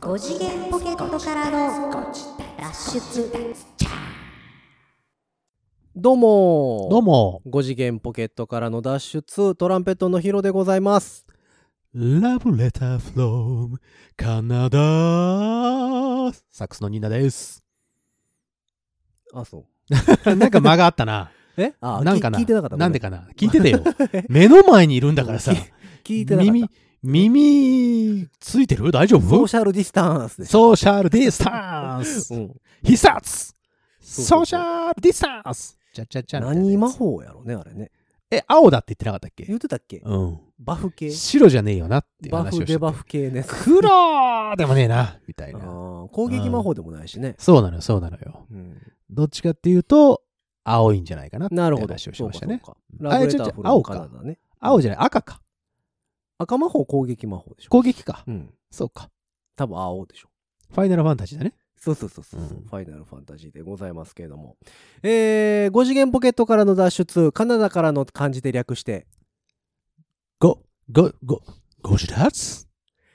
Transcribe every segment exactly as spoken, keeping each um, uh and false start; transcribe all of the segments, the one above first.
ご次元ポケットからの脱出。 どうもどうもご次元ポケットからの脱出、トランペットのヒロでございます。 Love Letter from Canada サックスのニーナです。 あ、そうなんか間があったな。 えあなんかな聞いてなかった。 なんでかな聞いててよ。目の前にいるんだからさ。 聞いてなかった。 耳、耳ついてる？大丈夫？ ソーシャルディスタンスでソーシャルディスタンス、うん、必殺ソーシャルディスタンスちゃちゃちゃ何魔法やろねあれね。 え、青だって言ってなかったっけ？ 言ってたっけ？ うん。 バフ系？ 白じゃねえよなっていう話をしてて。 バフデバフ系ね。 黒でもねえなみたいな。あ、 攻撃魔法でもないしね、うん、 そうなのよそうなのよ、うん、どっちかっていうと青いんじゃないかなって話をしましたね。 ラブレターフロムカナダね。 青じゃない赤か。 赤魔法攻撃魔法でしょ。 攻撃か、 うん、 そうか。 多分青でしょ。 ファイナルファンタジーだね。 そうそうそうそう、うん、ファイナルファンタジーでございますけれども、えー、ご次元ポケットからの脱出、カナダからの漢字で略してごごごご自立。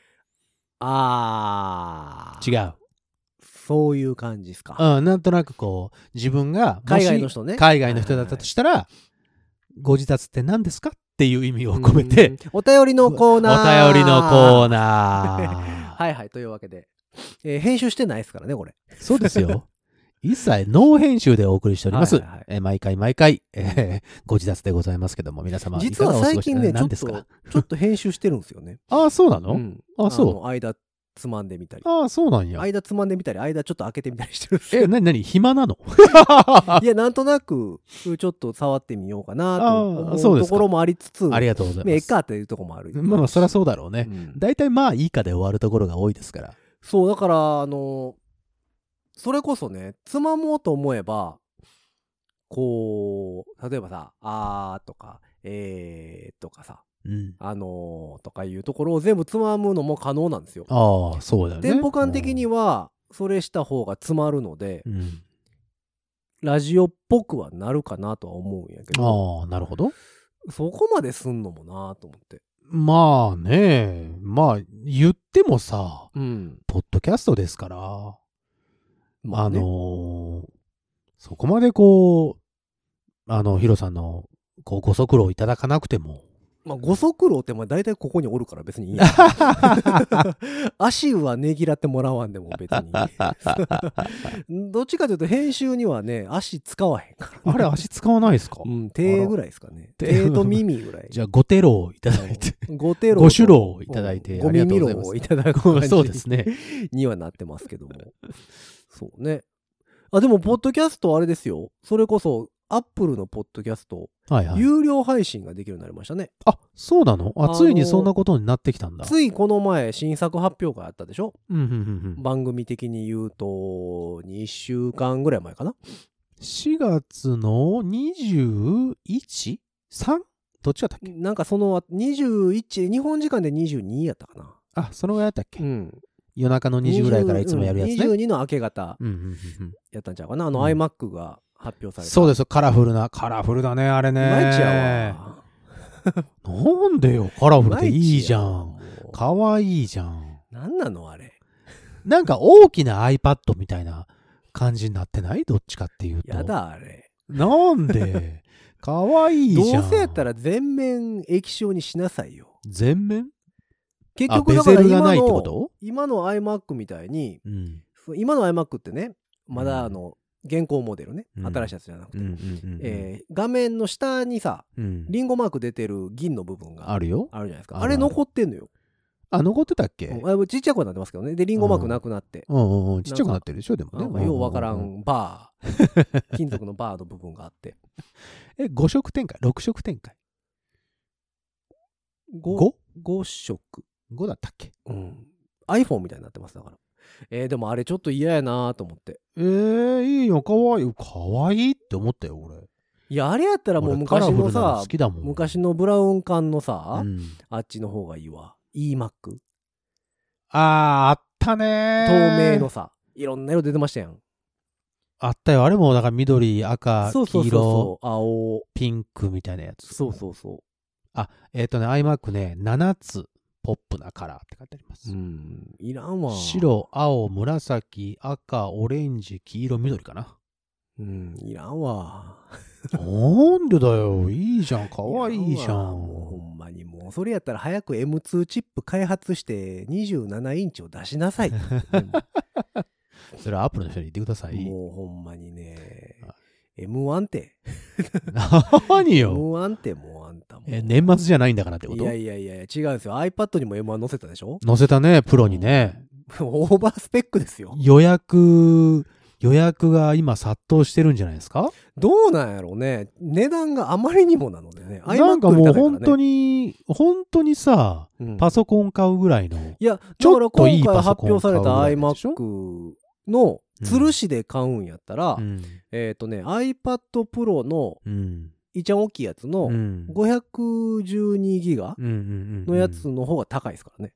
あー違う。 そういう感じですか。 うん、なんとなくこう自分が海外の人ね、 海外の人だったとしたら、はいはい、ご自立って何ですかっていう意味を込めて、 お便りのコーナーお便りのコーナーはいはい、というわけで、えー、編集してないですからねこれ。 そうですよ。一切ノー編集でお送りしております。はいはいはい、えー、毎回毎回、えー、ご自立でございますけども、皆様実は最近ね、ちょっとちょっと編集してるんですよね。 ああ、そうなの？うん、 あそう。あの間つまんでみたり。 ああ、そうなんや。 間つまんでみたり、間ちょっと開けてみたりしてるんですよ。え、なになに暇なの？ いや、なんとなくちょっと触ってみようかなと思うところもありつつ、 ありがとうございます。 えっかっていうところもある。 まあまあそりゃそうだろうね。だいたいまあいいかで終わるところが多いですから。 そうだからあのそれこそね、つまもうと思えばこう例えばさ、あーとかえーとかさ、うん、あのー、とかいうところを全部つまむのも可能なんですよ。 ああ、そうだよね。 テンポ感的にはそれした方が詰まるので、うん、ラジオっぽくはなるかなとは思うんやけど。 ああ、なるほど。そこまですんのもなと思って。 まあね、まあ言ってもさ、 うん、 ポッドキャストですから、まあね、あのー、そこまでこうあのヒロさんのこうご足労いただかなくても。 まあ、ご足労ってまあ大体ここにおるから別にいいや足はねぎらってもらわんでも別にどっちかというと編集にはね足使わへんから、 ね、あれ足使わないですか？ うん、手ぐらいですかね。手と耳ぐらい。 じゃあご手労いただいてご手労ご手労いただいてご耳労をいただく感じそうですねにはなってますけどもそうね。あでもポッドキャストあれですよ、それこそアップルのポッドキャスト、はいはい、有料配信ができるようになりましたね。 あ、そうなの？あ、ついにそんなことになってきたんだ。 ついこの前新作発表会あったでしょ、 うんうんうんうん、 番組的に言うとにしゅうかんぐらい前かな。 しがつのにじゅういち？さん？ どっちだったっけ？ なんかそのにじゅういち、日本時間でにじゅうにやったかな。 あ、そのぐらいやったっけ？ うん。 夜中のにじぐらいからいつもやるやつね。 にじゅうにの明け方やったんちゃうかな。あの iMac が発表された。 そうです。カラフルな、カラフルだね、あれね。 毎日やわ。 なんでよ、カラフルでいいじゃん。かわいいじゃん。 なんなのあれ。 なんか大きな iPad みたいな感じになってない？どっちかっていうと。 やだあれ。 なんでかわいいじゃん。 どうせやったら全面液晶にしなさいよ。 全面？ 結局だから今の、 こと今の iMac みたいに、うん、今の iMac ってね、まだあの、現行モデルね、うん、新しいやつじゃなくて、えー、画面の下にさ、うん、リンゴマーク出てる銀の部分があるよ。 あるじゃないですか。あれ残ってんのよ。 あ、残ってたっけ？ うん、ちっちゃくはなってますけどね。で、リンゴマークなくなって。 うんうんうん、ちっちゃくなってるでしょ、でもね。 なんかようわからんバー、金属のバーの部分があって。 え、ご色展開？ろく色展開？ ご? ご色。 ごだったっけ？ うん。iPhone みたいになってますだから。えー、でもあれちょっと嫌やなと思って。 えー、いいよ、かわいい。かわいいって思ったよ、俺。 いや、あれやったらもう昔のさ、昔のブラウン管のさ、うん、あっちの方がいいわ。iMac。 あー、あったねー。透明のさ、いろんな色出てましたやん。 あったよ。あれもだから緑、赤、 そうそうそうそう、 黄色、 青、 ピンクみたいなやつ。 そうそうそう。 あ、えっとね、iMac ね、ななつポップなカラーって書いてあります。 うん。いらんわ。 白、青、紫、赤、オレンジ、黄色、緑かな。 うん、いらんわ。 なんでだよ。いいじゃん。かわいいじゃん。 もうほんまにもう、それやったら早く エムツー チップ開発してにじゅうななインチを出しなさい。 それはアップルの人に言ってください。 もうほんまにね。エムワン って。 何よ。 エムワン ってもうあんたも。 え、年末じゃないんだからってこと？ いやいやいや、違うんですよ。iPad にも エムワン 載せたでしょ？ 載せたね、プロにね。 オーバースペックですよ。 予約、予約が今殺到してるんじゃないですか？ どうなんやろうね。値段があまりにもなのでね。 なんかもう本当に、本当にさ、うん、パソコン買うぐらいの。 いや、ちょっといいパソコン。今回発表された iMac の吊るしで買うんやったら、うん、えっとね、iPad Pro の、いちゃん大きいやつのごひゃくじゅうにギガのやつの方が高いですからね。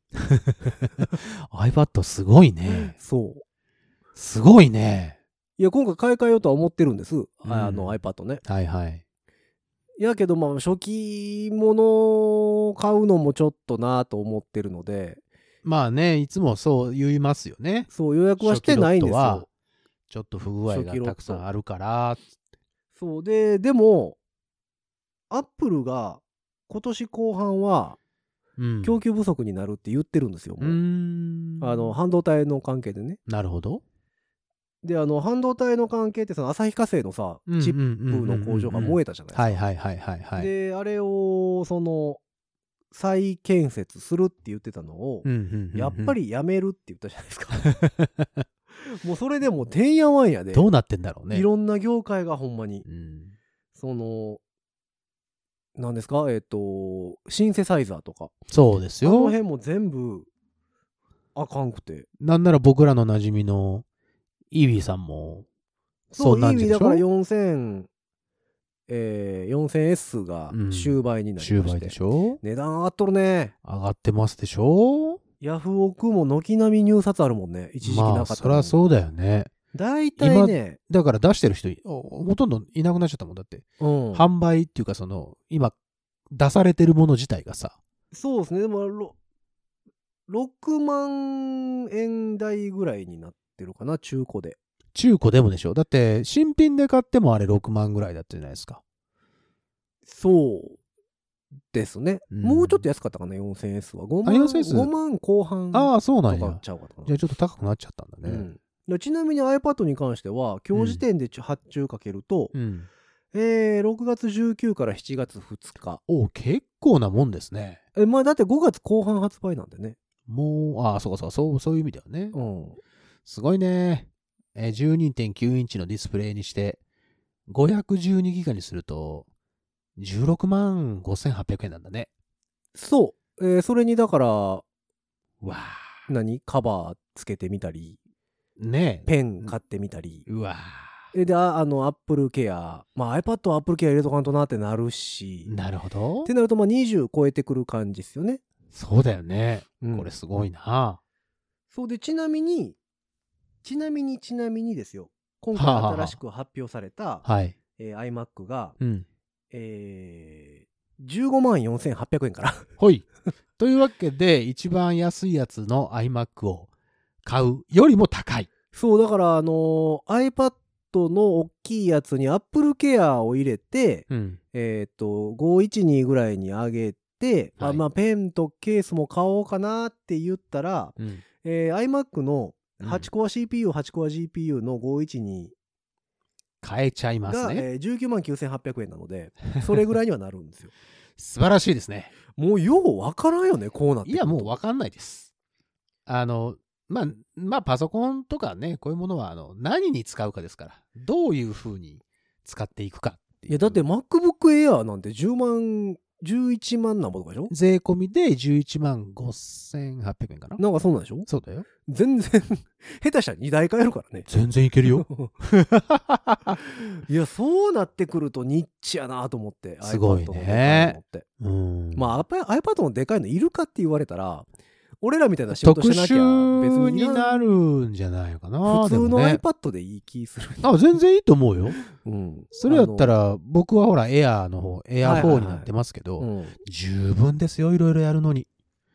iPad すごいね。 そう。 すごいね。 いや、今回買い替えようとは思ってるんです。うん、あの iPad ね。 はいはい。 やけど、まあ、初期物を買うのもちょっとなと思ってるので。 まあね、いつもそう言いますよね。 そう、予約はしてないんですよ。 ちょっと不具合がたくさんあるから。 そうで、でも、アップルが今年後半は供給不足になるって言ってるんですよ。もう、うーん、あの半導体の関係でね。 なるほど。 で、あの半導体の関係ってその旭化成のさ、チップの工場が燃えたじゃないですか。 はいはいはいはいはい。 で、あれをその再建設するって言ってたのを、やっぱりやめるって言ったじゃないですか。もうそれでもうてんやわんやで。 どうなってんだろうね。 いろんな業界がほんまに、 うん、 その何ですか、えっとシンセサイザーとか、 そうですよ。 あの辺も全部あかんくて、 なんなら僕らの馴染みのイービーさんもそうなんでしょ。イービーだからよんせん、えー、よんせんエス が終売になりまして、うん、終売でしょ。 値段上がっとるね。 上がってますでしょ。 ヤフオクも軒並み入札あるもんね。一時期なかった。まあそりゃそうだよね。 大体ね、 だから出してる人ほとんどいなくなっちゃったもんだって、うん、販売っていうかその今出されてるもの自体がさ。 そうですね。でもろろくまんえん台ぐらいになってるかな、中古で。 中古でもでしょ。だって新品で買ってもあれろくまんぐらいだったじゃないですか。 そうですね、うん、もうちょっと安かったかな、よんせんエス はごまん、ごまんこう半とかちゃうかな。 じゃあちょっと高くなっちゃったんだね、 うん、ちなみに iPad に関しては今日時点で発注かけると、うん、えー、ろくがつじゅうくにちからしちがつふつか。 お、結構なもんですね。 え、まあだってごがつこう半発売なんでね。 もう、ああ、そうかそうか、そう、そういう意味ではね。うん。すごいね。えー、じゅうにてんきゅうインチのディスプレイにして、ごひゃくじゅうにギガにすると、じゅうろくまんごせんはっぴゃくえんなんだね。 そう。えー、それにだから、わあ。 何カバーつけてみたり、 ね、 ペン買ってみたり。 うわで、あの、アップルケア。まあ iPad はアップルケア入れとかんとなってなるし。 なるほど。 ってなると、まあにじゅう超えてくる感じですよね。 そうだよね。うん、これすごいな。 そうで、ちなみに、ちなみにちなみにですよ。今回新しく発表された、ははいえー、iMac が、 うん、 えー、じゅうごまんよんせんはっぴゃくえんから。 ほい。というわけで、一番安いやつの iMac を買うよりも高い。 そう、だから、あのー、iPad の大きいやつに Apple Care を入れて、うん、えっと、ごひゃくじゅうにぐらいに上げて、はい、あまあ、ペンとケースも買おうかなって言ったら、うん、えー、iMac のはちコア シーピーユー、はちコア ジーピーユー のごひゃくじゅうに買えちゃいますね。 が、えー、じゅうきゅうまんきゅうせんはっぴゃくえんなので、それぐらいにはなるんですよ。 素晴らしいですね。 もうようわからんよね、こうなって。 いや、もうわかんないです。あの、まあ、まあ、パソコンとかね、こういうものは、あの、何に使うかですから。どういう風に使っていくかっていう。 いや、だって MacBook Air なんてじゅうまん、じゅういちまんなんぼとかでしょ。 税込みでじゅういちまんごせんはっぴゃくえんかな。 なんかそうなんでしょ。 そうだよ。 全然、下手したらにだい買えるからね。 全然いけるよ。 いや、そうなってくるとニッチやなと思って。 すごいね。 うん。まあ、iPad のでかいのいるかって言われたら、俺らみたいな仕事してなきゃ別になるんじゃないかな。 普通の iPad でいい気する。 あ、全然いいと思うよ。うん。それやったら、僕はほら、エアーの方、エアーフォーになってますけど、十分ですよ、いろいろやるのに。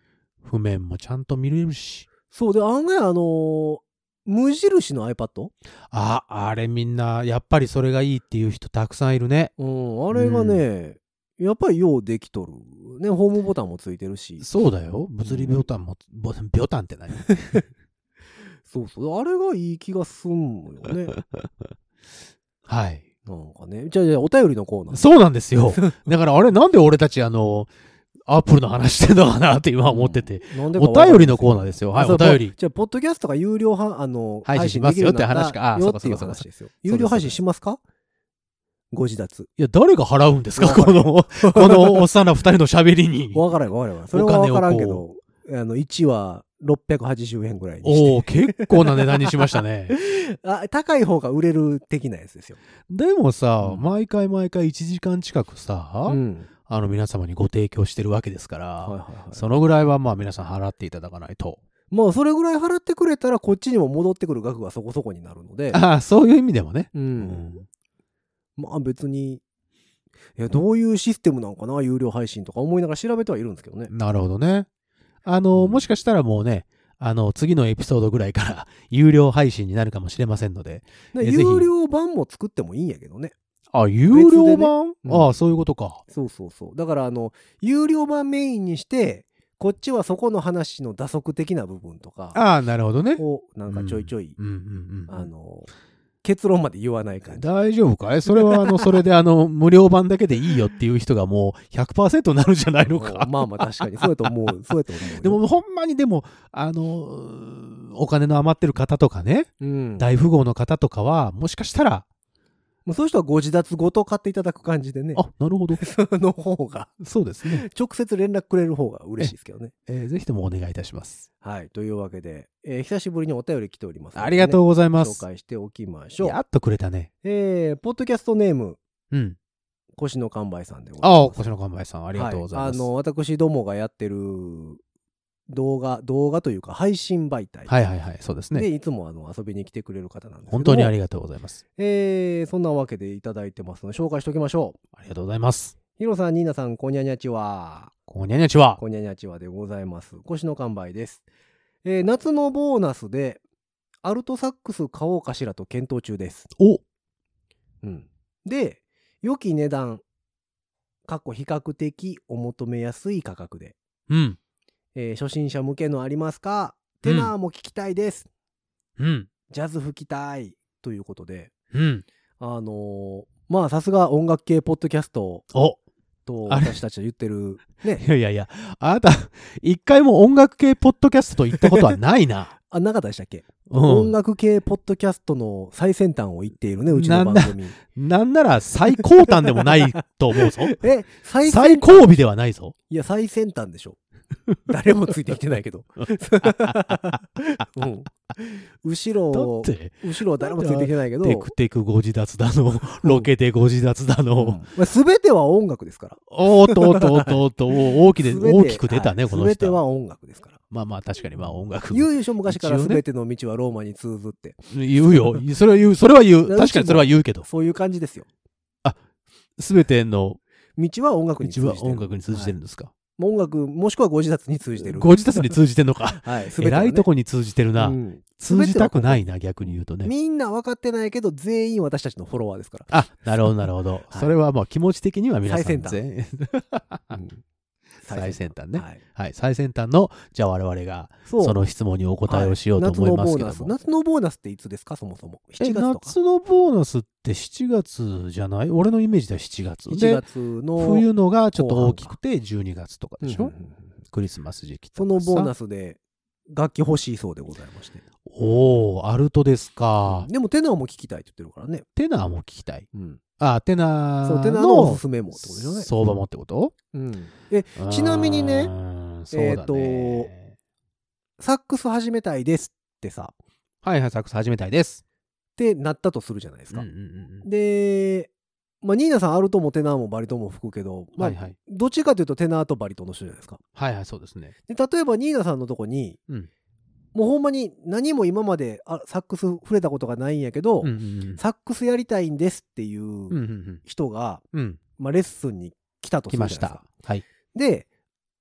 譜面もちゃんと見れるし。 そうで、案外あのー、無印の iPad？ あ、あれみんな、やっぱりそれがいいっていう人たくさんいるね。 うん、あれがね、うん、やっぱりようできとる。ね、ホームボタンもついてるし。 そうだよ。物理ボタンも、ボボタンって何そうそう。あれがいい気がすんのよね。 はい。 なんかね。じゃあ、じゃあお便りのコーナー。 そうなんですよ。だからあれなんで俺たちあの、アップルの話してんのかなって今思ってて。うん、なんでかお便りのコーナーですよ。はい、お便り。 じゃあ、ポッドキャストが有料はあの配信しますよって話か。あ、そうかそうかそうか。 有料配信しますか？ご自立。 いや、誰が払うんですかこの、このおっさんら二人の喋りに。 わからんわからん。それはわからんけど、あの、いちわろっぴゃくはちじゅうえんぐらいにして。 おお、結構な値段にしましたね。 あ、高い方が売れる的なやつですよ。 でもさ、うん、毎回毎回いちじかん近くさ、うん、あの皆様にご提供してるわけですから、はいはいはい、そのぐらいはまあ皆さん払っていただかないと。 まあそれぐらい払ってくれたらこっちにも戻ってくる額がそこそこになるので。 ああ、そういう意味でもね。うん。うん、 まあ別に、いや、どういうシステムなのかな、有料配信とか思いながら調べてはいるんですけどね。 なるほどね。あの、うん、もしかしたらもうね、あの、次のエピソードぐらいから有料配信になるかもしれませんので。 で有料版も作ってもいいんやけどね。 あ、有料版、ねうん、ああ、そういうことか。 そうそうそう。だからあの、有料版メインにして、こっちはそこの話の打足的な部分とか。 ああ、なるほどね。 を、なんかちょいちょい、あの、結論まで言わない感じ。 大丈夫かいそれは、あの、それで、あの、無料版だけでいいよっていう人がもう ひゃくパーセント になるんじゃないのか。 まあまあ確かに。そうやと思う。そうやと思う。 でも、ほんまにでも、あの、お金の余ってる方とかね、うん、大富豪の方とかは、もしかしたら、 もうそういう人はご自立ごと買っていただく感じでね。 あ、なるほど。 その方が。 そうですね。 直接連絡くれる方が嬉しいですけどね。 えー、ぜひともお願いいたします。 はい。というわけで、えー、久しぶりにお便り来ております、ね。 ありがとうございます。 紹介しておきましょう。 やっとくれたね。 えー、ポッドキャストネーム。 うん。 腰の完売さんでございます。 ああ、腰の完売さん。ありがとうございます。 はい、あの、私どもがやってる動画、動画というか配信媒体。 はいはいはい、そうですね。 で、いつもあの遊びに来てくれる方なんですけど。 本当にありがとうございます。 えー、そんなわけでいただいてますので、紹介しておきましょう。 ありがとうございます。 ヒロさん、ニーナさん、こにゃにゃちは。 こにゃにゃちは。 こにゃにゃちはでございます。腰の完売です。えー、夏のボーナスで、アルトサックス買おうかしらと検討中です。 おうん。で、良き値段、過去比較的お求めやすい価格で。 うん。 えー、初心者向けのありますか？テナーも聞きたいです。 うん。 ジャズ吹きたい。ということで。 うん。 あのー、まあさすが音楽系ポッドキャストと私たちは言ってる。ね。 いやいやいや、あなた、一回も音楽系ポッドキャストと言ったことはないな。 あ、なかったでしたっけ、 うん、 音楽系ポッドキャストの最先端を言っているね、うちの番組。 な、なんなら最高端でもないと思うぞ。 え、最最後尾ではないぞ。 いや、最先端でしょ。誰もついてきてないけど。うん、後ろ、後ろは誰もついてきてないけど。 テクテクご自立だの、ロケでご自立だの。 すべ、うん、ては音楽ですから。 おーっとおっとおっとおっと、大きで大きく出たね、はい、この人。 すべては音楽ですから。 まあまあ確かにまあ音楽。 言うでしょ、昔からすべての道はローマに通ずって。 言うよ。それは言う、それは言う。確かにそれは言うけど。 そういう感じですよ。 あ、すべての道は音楽に通じてる。 道は音楽に通じてるんですか。はい、 音楽もしくはご自立に通じてる。 ご自立に通じてるのか。 はい。 偉いとこに通じてるな。うん、通じたくないな、逆に言うとね。 みんな分かってないけど、全員私たちのフォロワーですから。 あ、なるほど、なるほど。はい、それはまあ気持ち的には皆さん最先端。 うん最先端ね、はい。はい。最先端の、じゃあ我々が、その質問にお答えをしようと思いますけども。 はい、夏のボーナスっていつですか、そもそも。しちがつとか。 夏のボーナスってしちがつじゃない？俺のイメージではしちがつ。 しちがつの。 冬のがちょっと大きくてじゅうにがつとかでしょ、うんうんうん、クリスマス時期とか。 そのボーナスで楽器欲しいそうでございまして。 おー、アルトですか。 でもテナーも聞きたいって言ってるからね。 テナーも聞きたい。 うん。 あ、テナーの。 そう、テナーのおすすめもってことですよね。 相場もってこと？ うん。え、ちなみにね、 えっと、 サックス始めたいですってさ。 はいはい、サックス始めたいです。 ってなったとするじゃないですか。 うんうんうん、 で、まあ、ニーナさんアルトもテナーもバリトンも吹くけど、まあ、はいはい、どっちかというとテナーとバリトンの人じゃないですか。 はいはい、そうですね。 で、例えばニーナさんのとこに、うん、もうほんまに何も今まであサックス触れたことがないんやけど、うんうんうん、サックスやりたいんですっていう人が、うんうんうん、まあ、レッスンに来たとするじゃないですか。 来ました。はい。 で、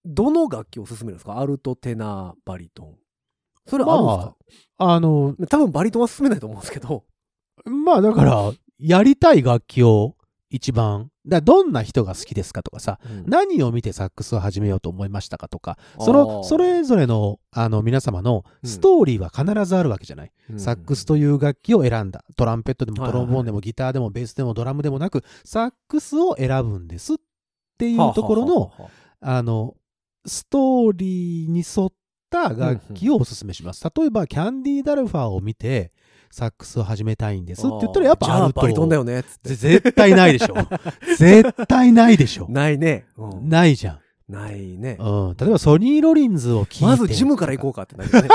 どの楽器を勧めるんですか？アルト、テナー、バリトン。それあるんですか？ まあ、あの、 多分バリトンは勧めないと思うんですけど。 まあだから、やりたい楽器を一番、だどんな人が好きですかとかさ、うん、何を見てサックスを始めようと思いましたかとか、その、それぞれの、あの、皆様のストーリーは必ずあるわけじゃない。うん、サックスという楽器を選んだ。トランペットでもトロンボーンでもギターでもベースでもドラムでもなく、サックスを選ぶんですっていうところの、あの、ストーリーに沿った楽器をおすすめします。例えば、キャンディー・ダルファーを見て、サックスを始めたいんですって言ったらやっぱアルト。 バリトンだよねっつって。 絶対ないでしょ。絶対ないでしょ。 ないね、 うん。ないじゃん。 ないね。 うん。例えばソニー・ロリンズを聞いて。 まずジムから行こうかってなるよね。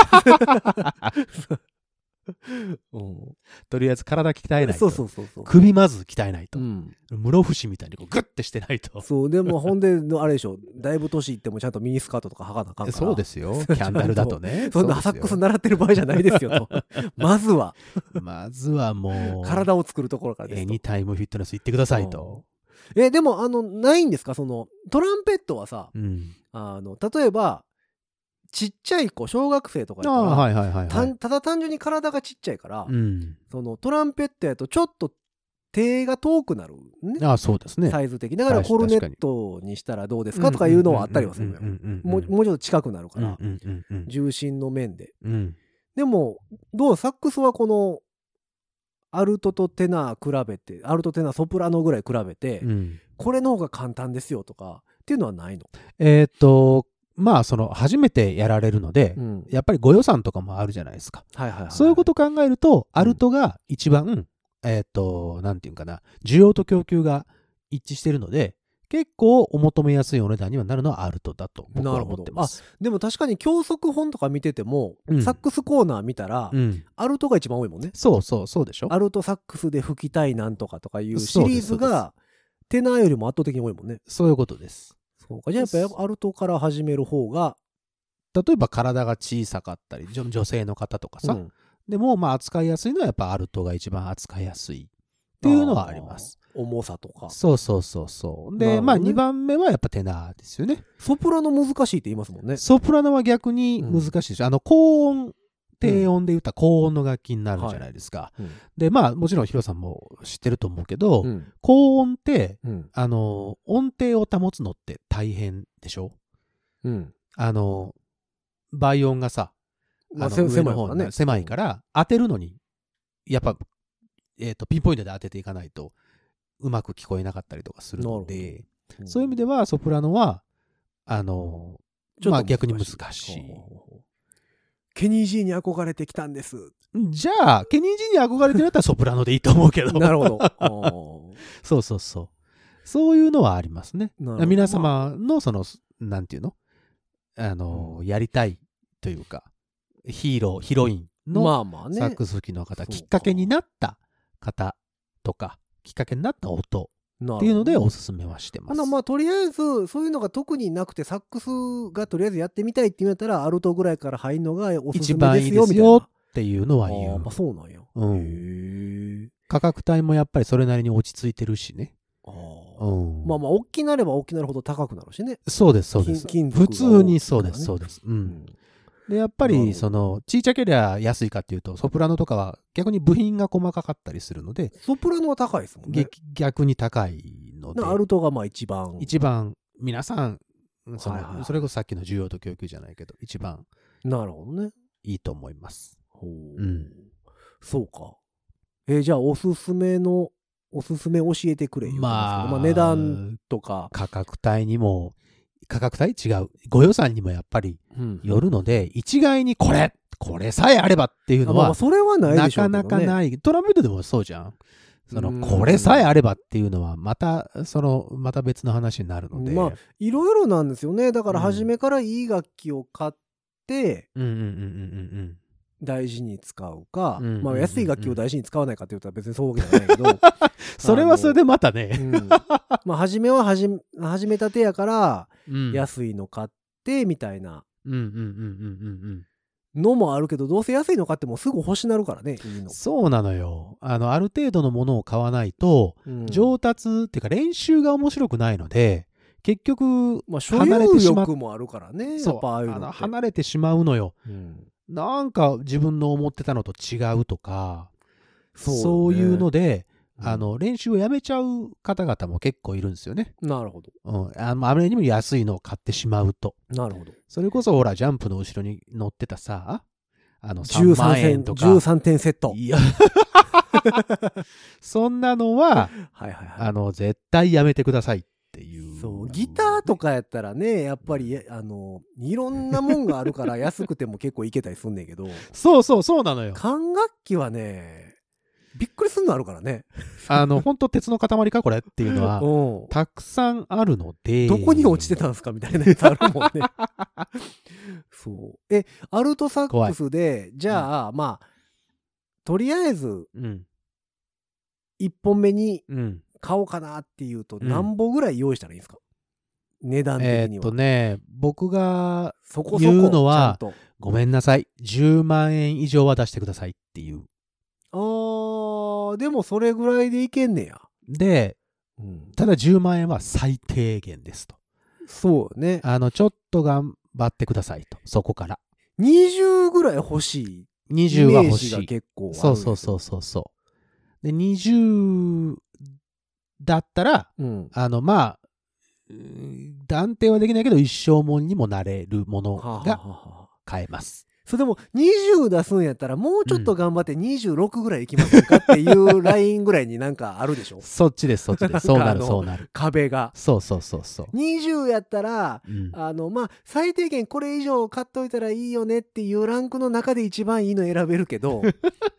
うん、とりあえず体鍛えないと。 そうそうそうそう。 首まず鍛えないと。 うん、 室伏みたいにこうグッてしてないと。 そう、でもほんで、あれでしょ、だいぶ年いってもちゃんとミニスカートとか履かなあかんから。 そうですよ。キャンダルだとね。 そんなサックス習ってる場合じゃないですよと。まずは。 まずはもう。 体を作るところからですと。 エニタイムフィットネス行ってくださいと。 え、でも、あの、ないんですかその、トランペットはさ、うん、あの、例えば、ちっちゃい子、小学生とかやったら、はいはいはいはい、ただ単純に体がちっちゃいから、うん、そのトランペットやとちょっと手が遠くなる、ね、 ああそうですね、 サイズ的だからコルネットにしたらどうですかとかいうのはあったりはするのよ。もうちょっと近くなるから、うんうんうんうん、重心の面で、うん、でもどうサックスはこのアルトとテナー比べてアルトテナーソプラノぐらい比べて、うん、これの方が簡単ですよとかっていうのはないの？ えーっとまあその初めてやられるので、うん、やっぱりご予算とかもあるじゃないですか、はいはいはい、そういうことを考えると、うん、アルトが一番、うん、えっとなんていうかな需要と供給が一致しているので結構お求めやすいお値段にはなるのはアルトだと僕は思ってます。 あでも確かに教則本とか見てても、うん、サックスコーナー見たら、うん、アルトが一番多いもんね。 そうそうそうでしょ。 アルトサックスで吹きたいなんとかとかいうシリーズがテナーよりも圧倒的に多いもんね。 そういうことです。 そうかじゃあやっぱアルトから始める方が例えば体が小さかったり女性の方とかさ、うん、でもまあ扱いやすいのはやっぱアルトが一番扱いやすいっていうのはあります。 重さとかそうそうそうそうで、ね、まあにばんめはやっぱテナーですよね。 ソプラノ難しいって言いますもんね。 ソプラノは逆に難しいです、うん、あの高音低音で言ったら高音の楽器になるじゃないですか、うんはい、でまあもちろんヒロさんも知ってると思うけど、うん、高音って、うん、あの音程を保つのって大変でしょ、うん、あの倍音がさ、 まあ、上の方ね狭いから当てるのにやっぱ、えーと、ピンポイントで当てていかないとうまく聞こえなかったりとかするので、うん、そういう意味ではソプラノはあのまあ逆に難しい。 ケニー G に憧れてきたんです。 じゃあケニー G に憧れてるやったらソプラノでいいと思うけどなるほどそうそうそうそういうのはありますね。皆様のそのなんていうのあの、うん、やりたいというかヒーローヒロインのサックス吹きの方、まあまあね、きっかけになった方とかきっかけになった音っていうのでおすすめはしてます。 あのまあとりあえずそういうのが特になくてサックスがとりあえずやってみたいって言われたらアルトぐらいから入るのがおすすめですよみたいな。一番いいですよっていうのは言う。 ああそうなんや。 うん、へ価格帯もやっぱりそれなりに落ち着いてるしね。あうん、まあまあ大きなれば大きなるほど高くなるしね。 そうですそうです。金普通にそうですそうです。うん。うんでやっぱりそのちいちゃけりゃ安いかっていうとソプラノとかは逆に部品が細かかったりするのでソプラノは高いですもんね。 逆に高いのでアルトがまあ一番一番皆さんその、はいはい、それこそさっきの需要と供給じゃないけど一番なるほどねいいと思います。 ほう、うん、そうか。えー、じゃあおすすめのおすすめ教えてくれよ。まあ、まあ値段とか価格帯にも価格帯違うご予算にもやっぱりよるので、うん、一概にこれこれさえあればっていうのは、 まあ、それはないでしょうけどね。 なかなかない。トランペットでもそうじゃん。そのこれさえあればっていうのはまたそのまた別の話になるので、 まあいろいろなんですよね。だから初めからいい楽器を買って、 うんうんうんうんうん大事に使うか、うんうんうんうん、まあ安い楽器を大事に使わないかって言ったら別にそういうわけじゃないけどそれはそれでまたね、 うん、まあ初めは始め、始めたてやから安いの買ってみたいなのもあるけど、どうせ安いの買ってもすぐ欲しなるからね。いいのそうなのよ。あのある程度のものを買わないと、うん、上達っていうか練習が面白くないので結局、 まあ、所離れて有しまっ欲もあるからね。 そうやっぱああいうのあのって。 離れてしまうのよ。 うん、 なんか自分の思ってたのと違うとか、 そうねそういうので、 うんあの練習をやめちゃう方々も結構いるんですよね。 なるほど。 うん、あのあまりにも安いのを買ってしまうと。 なるほど。 それこそほら、ジャンプの後ろに乗ってたさ、あのじゅうさんまんさんてん円とか。 じゅうさんてんセット。 いやそんなのは、 はいはいはい。 あの、絶対やめてくださいっていう。 そうギターとかやったらねやっぱりあのいろんなもんがあるから安くても結構いけたりすんねんけどそうそうそうなのよ。 管楽器はねびっくりすんのあるからねあの、本当鉄の塊かこれっていうのは、 うんたくさんあるので。 どこに落ちてたんすかみたいなやつあるもんねそうえアルトサックスでじゃあ、うん、まあとりあえずいっぽんめに買おうかなっていうと、うん、何本ぐらい用意したらいいんですか、値段的には。 えー、っとね僕が言うのはごめんなさいじゅうまんえん以上は出してくださいっていう。 あーでもそれぐらいでいけんねや。 で、うん、ただじゅうまんえんは最低限ですと。 そうね。 あのちょっと頑張ってくださいと。そこからにじゅうぐらい欲しいにじゅうは欲しい。 イメージが結構あるんですよ。 そうそうそうそうそうでにじゅうだったら、うん、あのまあ断定はできないけど一生もんにもなれるものが買えます。 それでもにじゅう出すんやったらもうちょっと頑張ってにじゅうろくぐらいいきませんかっていうラインぐらいになんかあるでしょそっちですそっちですそうなるそうなる壁がそうそうそうそうにじゅうやったら、うん、あのまあ最低限これ以上買っといたらいいよねっていうランクの中で一番いいの選べるけど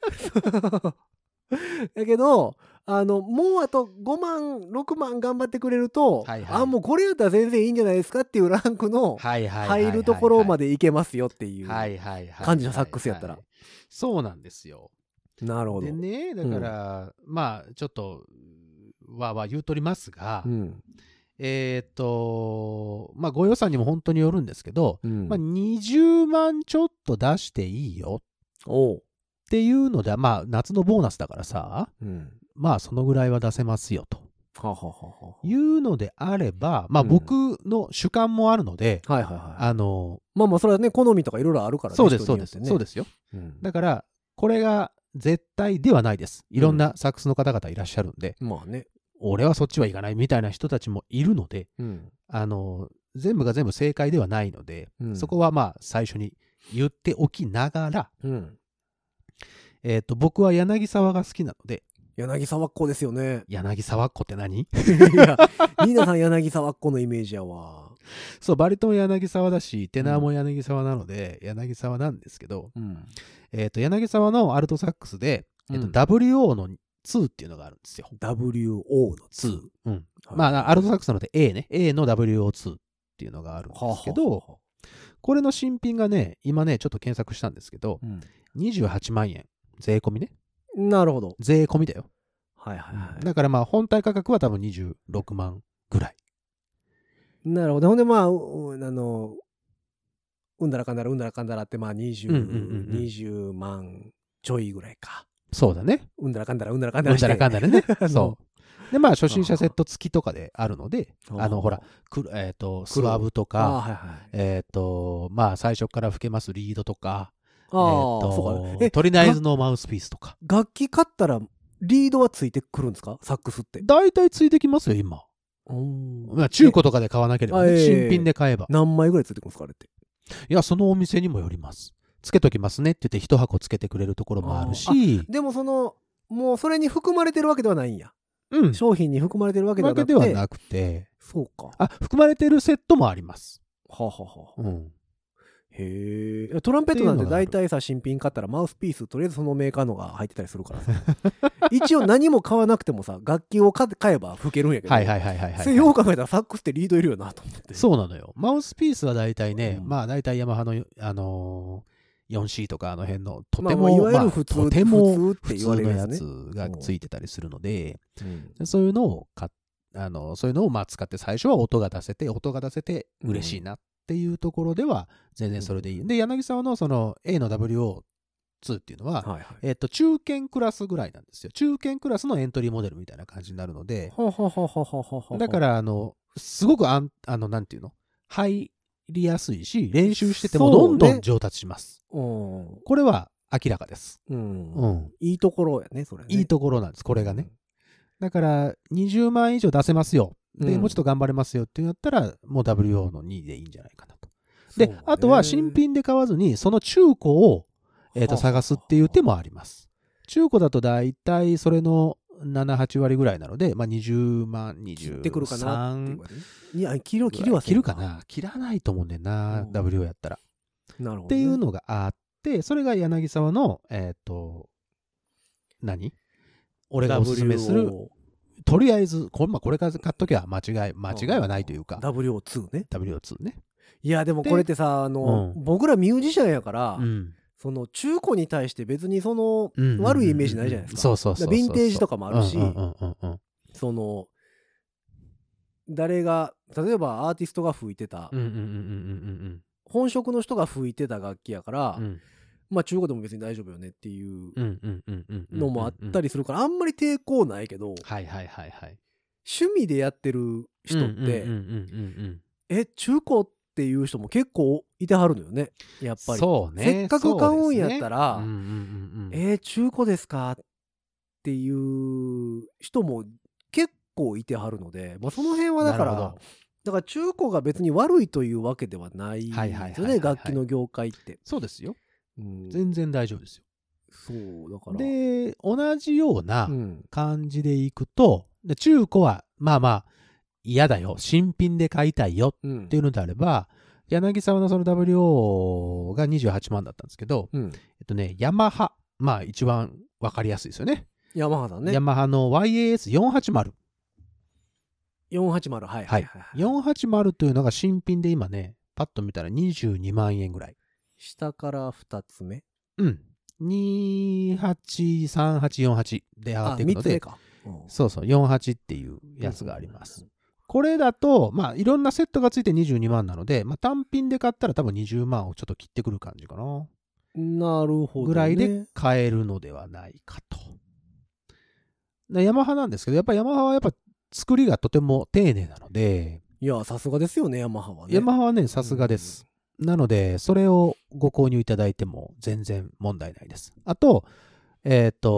だけどあのもうあとごまんろくまん頑張ってくれると、はいはい、あもうこれやったら全然いいんじゃないですかっていうランクの入るところまでいけますよっていう感じのサックスやったらそうなんですよ。 なるほど。 でねだから、うん、まあちょっとわわ言うとりますが、うん、えっ、ー、とまあご予算にも本当によるんですけど、うん、まあ、にじゅうまんちょっと出していいよっていうのでまあ夏のボーナスだからさ、うんまあそのぐらいは出せますよというのであればまあ僕の主観もあるのであのまあまあそれはね好みとかいろいろあるからね。 そうですそうですそうですよ、うん、だからこれが絶対ではないです。いろんなサックスの方々いらっしゃるんで、 まあね俺はそっちはいかないみたいな人たちもいるので、うん、あの全部が全部正解ではないので、うん、そこはまあ最初に言っておきながら、うん、えっと僕は柳沢が好きなので。 柳沢っ子ですよね。 柳沢っ子って何？いや、ニーナさん柳沢っ子のイメージやわ。 そう、バリトン柳沢だし、テナーも柳沢なので、うん、柳沢なんですけど、うん、えっと、柳沢のアルトサックスで、えっと、ダブリューオー のにっていうのがあるんですよ。 ダブリューオー のに。うん。はい、 まあ、アルトサックスなので A ね。A の ダブリューオーツー っていうのがあるんですけど、ははははこれの新品がね、今ね、ちょっと検索したんですけど、うん、にじゅうはちまんえん。税込みね。 なるほど。 税込みだよ。 はいはいはい。 だからまあ本体価格は多分にじゅうろくまんぐらい。 なるほど。ほんでまあ、うあの、うんだらかんだらうんだらかんだらってまあにじゅう、うんうんうんうん、にじゅうまんちょいぐらいか。 そうだね。 うんだらかんだらうんだらかんだらして。うんだらかんだらね。そう。でまあ初心者セット付きとかであるので、あのほら、くえっ、ー、と、スワブとか、はいはい、えっ、ー、と、まあ最初から吹けますリードとか、えっ、ー、と、えトリナイズのマウスピースとか。 楽器買ったら、リードはついてくるんですかサックスって。 大体ついてきますよ、今。まあ、中古とかで買わなければ、ね、新品で買えば。 何枚ぐらいついてくるんですかあれって。 いや、そのお店にもよります。つけときますねって言って一箱つけてくれるところもあるし。 でもその、もうそれに含まれてるわけではないんや。 うん。 商品に含まれてるわけではなくて。 わけではなくて。 そうか。 あ、含まれてるセットもあります。 ははは。うん。へえ。トランペットなんて大体さ新品買ったらマウスピースとりあえずそのメーカーのが入ってたりするからさ一応何も買わなくてもさ楽器を買えば吹けるんやけど、 はいはいはいはいはい、 それよう考えたらサックスってリードいるよなと思って。 そうなのよ。マウスピースは大体ね、うん、まあ大体ヤマハのあのー、よんシー とかあの辺のとても、まあ、 いわゆる普通、 まあ、とても普通のやつがついてたりするので、うん、そういうのを買あのそういうのをまあ使って最初は音が出せて音が出せて嬉しいなっていうところでは全然それでいい。うん、で柳沢のその A の ダブリューオーツー っていうのは、はいはい、えっと中堅クラスぐらいなんですよ。中堅クラスのエントリーモデルみたいな感じになるので、だからあのすごくあん、あの、なんていうの入りやすいし、練習しててもどんどん上達します。ね、これは明らかです。 うん。うん。いいところやね、それね。 いいところなんです、これがね。うん、だから、にじゅうまん以上出せますよ。で、うん、もうちょっと頑張れますよっていうんだったら、もう ダブリューオー のにでいいんじゃないかなと。で、あとは新品で買わずに、その中古を、えーと、探すっていう手もあります。中古だと大体それのなな、はち割ぐらいなので、まあ、にじゅうまん、にじゅうさん。切ってくるかなっていう。いや、切る、切るは切るかな。切らないと思うんだよな、うん、ダブリューオー やったら。なるほど、ね。っていうのがあって、それが柳沢の、えっ、ー、と、何俺がおすすめする、とりあえず、これ、まあ、これから買っときゃ間違い、間違いはないというか。 ダブリューオーツー ね。 ダブリューオーツー ね。 いや、でもこれってさ、あの、うん、僕らミュージシャンやから、うん、その中古に対して別にその悪いイメージないじゃないですか。 そうそうそう。 ヴィンテージとかもあるし、その、誰が、例えばアーティストが吹いてた、本職の人が吹いてた楽器やから、うん、まあ中古でも別に大丈夫よねっていうのもあったりするから、あんまり抵抗ないけど、 はいはいはいはい。 趣味でやってる人って、え、中古っていう人も結構いてはるのよね、やっぱり。そうね。せっかく買うんやったら、えー、中古ですかっていう人も結構いてはるので、まあ、その辺はだから、だから中古が別に悪いというわけではないですよね、楽器の業界って。 そうですよ。うん、全然大丈夫ですよ。 そうだから。 で、同じような感じでいくと、で中古はまあまあ嫌だよ、新品で買いたいよっていうのであれば、うん、柳沢のその ダブリューオー がにじゅうはちまんだったんですけど、うん、えっとね、ヤマハ、まあ一番わかりやすいですよね。 ヤマハだね。 ヤマハの ワイエーエスよんひゃくはちじゅう。 よんひゃくはちじゅう、はいはいはい、はい。 よんひゃくはちじゅうというのが新品で今ね、パッと見たらにじゅうにまんえんぐらい。 下からふたつめ。 うん。にはちさんはちよんはちで上がっていくので、みっつめか。そうそう、よんはちっていうやつがあります。うんうんうん、これだと、まあ、いろんなセットがついてにじゅうにまんなので、まあ、単品で買ったら多分にじゅうまんをちょっと切ってくる感じかな。 なるほど、ね。 ぐらいで買えるのではないかと。ヤマハなんですけど、やっぱヤマハはやっぱ作りがとても丁寧なので。 いや、さすがですよね、ヤマハはね。 ヤマハはね、さすがです。うん、なので、それをご購入いただいても全然問題ないです。あと、えっ、ー、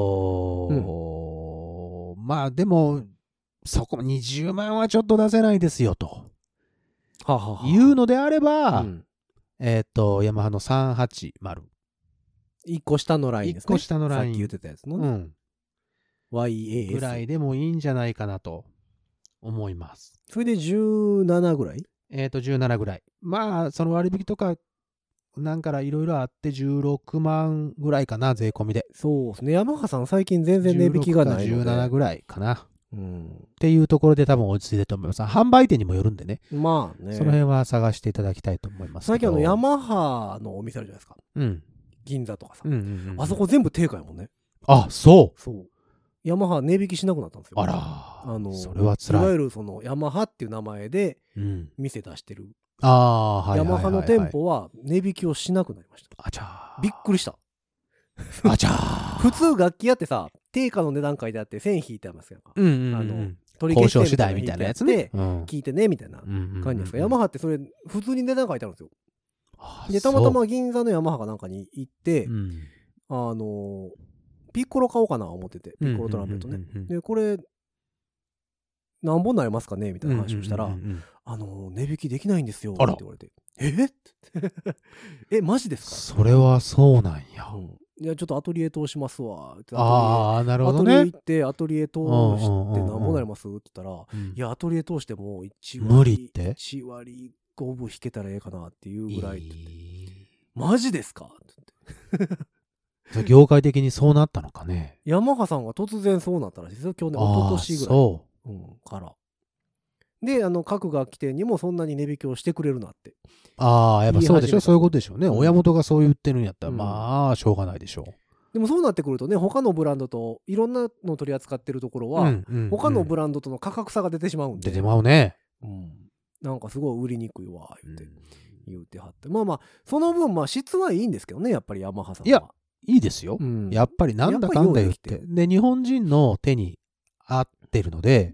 と、うん、まあでも、そこにじゅうまんはちょっと出せないですよと。はははいうのであれば、うん、えっ、ー、と、ヤマハのさんはちまる。 一個下のラインですね。 一個下のライン。 さっき言ってたやつのね。うん。ワイエーエスぐらいでもいいんじゃないかなと思います。 それでじゅうななぐらい？ えっと、じゅうななぐらい。まあ、その割引とか、なんからいろいろあってじゅうろくまんぐらいかな、税込みで。 そうですね。ヤマハさん最近全然値引きがないので。 じゅうろくかじゅうななぐらいかな。うん。っていうところで多分落ち着いてると思います。販売店にもよるんでね。 まあね。 その辺は探していただきたいと思いますけど。 最近あの、ヤマハのお店あるじゃないですか。うん。銀座とかさ。うんうんうん、あそこ全部定価やもんね。 あ、そう。 そう。ヤマハ値引きしなくなったんですよ。 あら。あの、それは辛い。 いわゆるそのヤマハっていう名前で店出してる。うん、 ああ、はいはいはい、はい。 ヤマハの店舗は値引きをしなくなりました。 あちゃー。 びっくりした。 あちゃー。 普通楽器屋ってさ、定価の値段書いてあって線引いてありますよ。 うんうんうん、あの取り消し次第みたいなやつね。聞いてねみたいな感じですか。ヤマハってそれ普通に値段書いてあるんですよ。でたまたま銀座のヤマハかなんかに行って、うん、あのピッコロ買おうかな思ってて、ピッコロトランペットね。でこれ何本になりますかねみたいな話をしたら、うんうんうんうん、あの値引きできないんですよって言われて、ええマジですか？ それはそうなんや。うん、 いやちょっとアトリエ通しますわ。 ああなるほどね。 アトリエ行ってアトリエ通して何本なりますって言ったら、うん、いやアトリエ通してもいち割無理っていち割ごぶ引けたらええかなっていうぐらいって言って、えー、マジですかって言って業界的にそうなったのかね。 ヤマハさんが突然そうなったらしいですよ。去年一昨年ぐらいそう、うん、からであの各楽器店にもそんなに値引きをしてくれるなって。 ああやっぱそうでしょ。そういうことでしょうね、うん、親元がそう言ってるんやったら、うん、まあしょうがないでしょう。 でもそうなってくるとね、他のブランドといろんなの取り扱ってるところは、うんうんうん、他のブランドとの価格差が出てしまうんで。 出てまうね。 うん、なんかすごい売りにくいわ言って、うん、言うてはって、まあまあその分まあ質はいいんですけどね、やっぱりヤマハさんは。 いやいいですよ、うん、やっぱりなんだかんだ言ってで日本人の手に合ってるので、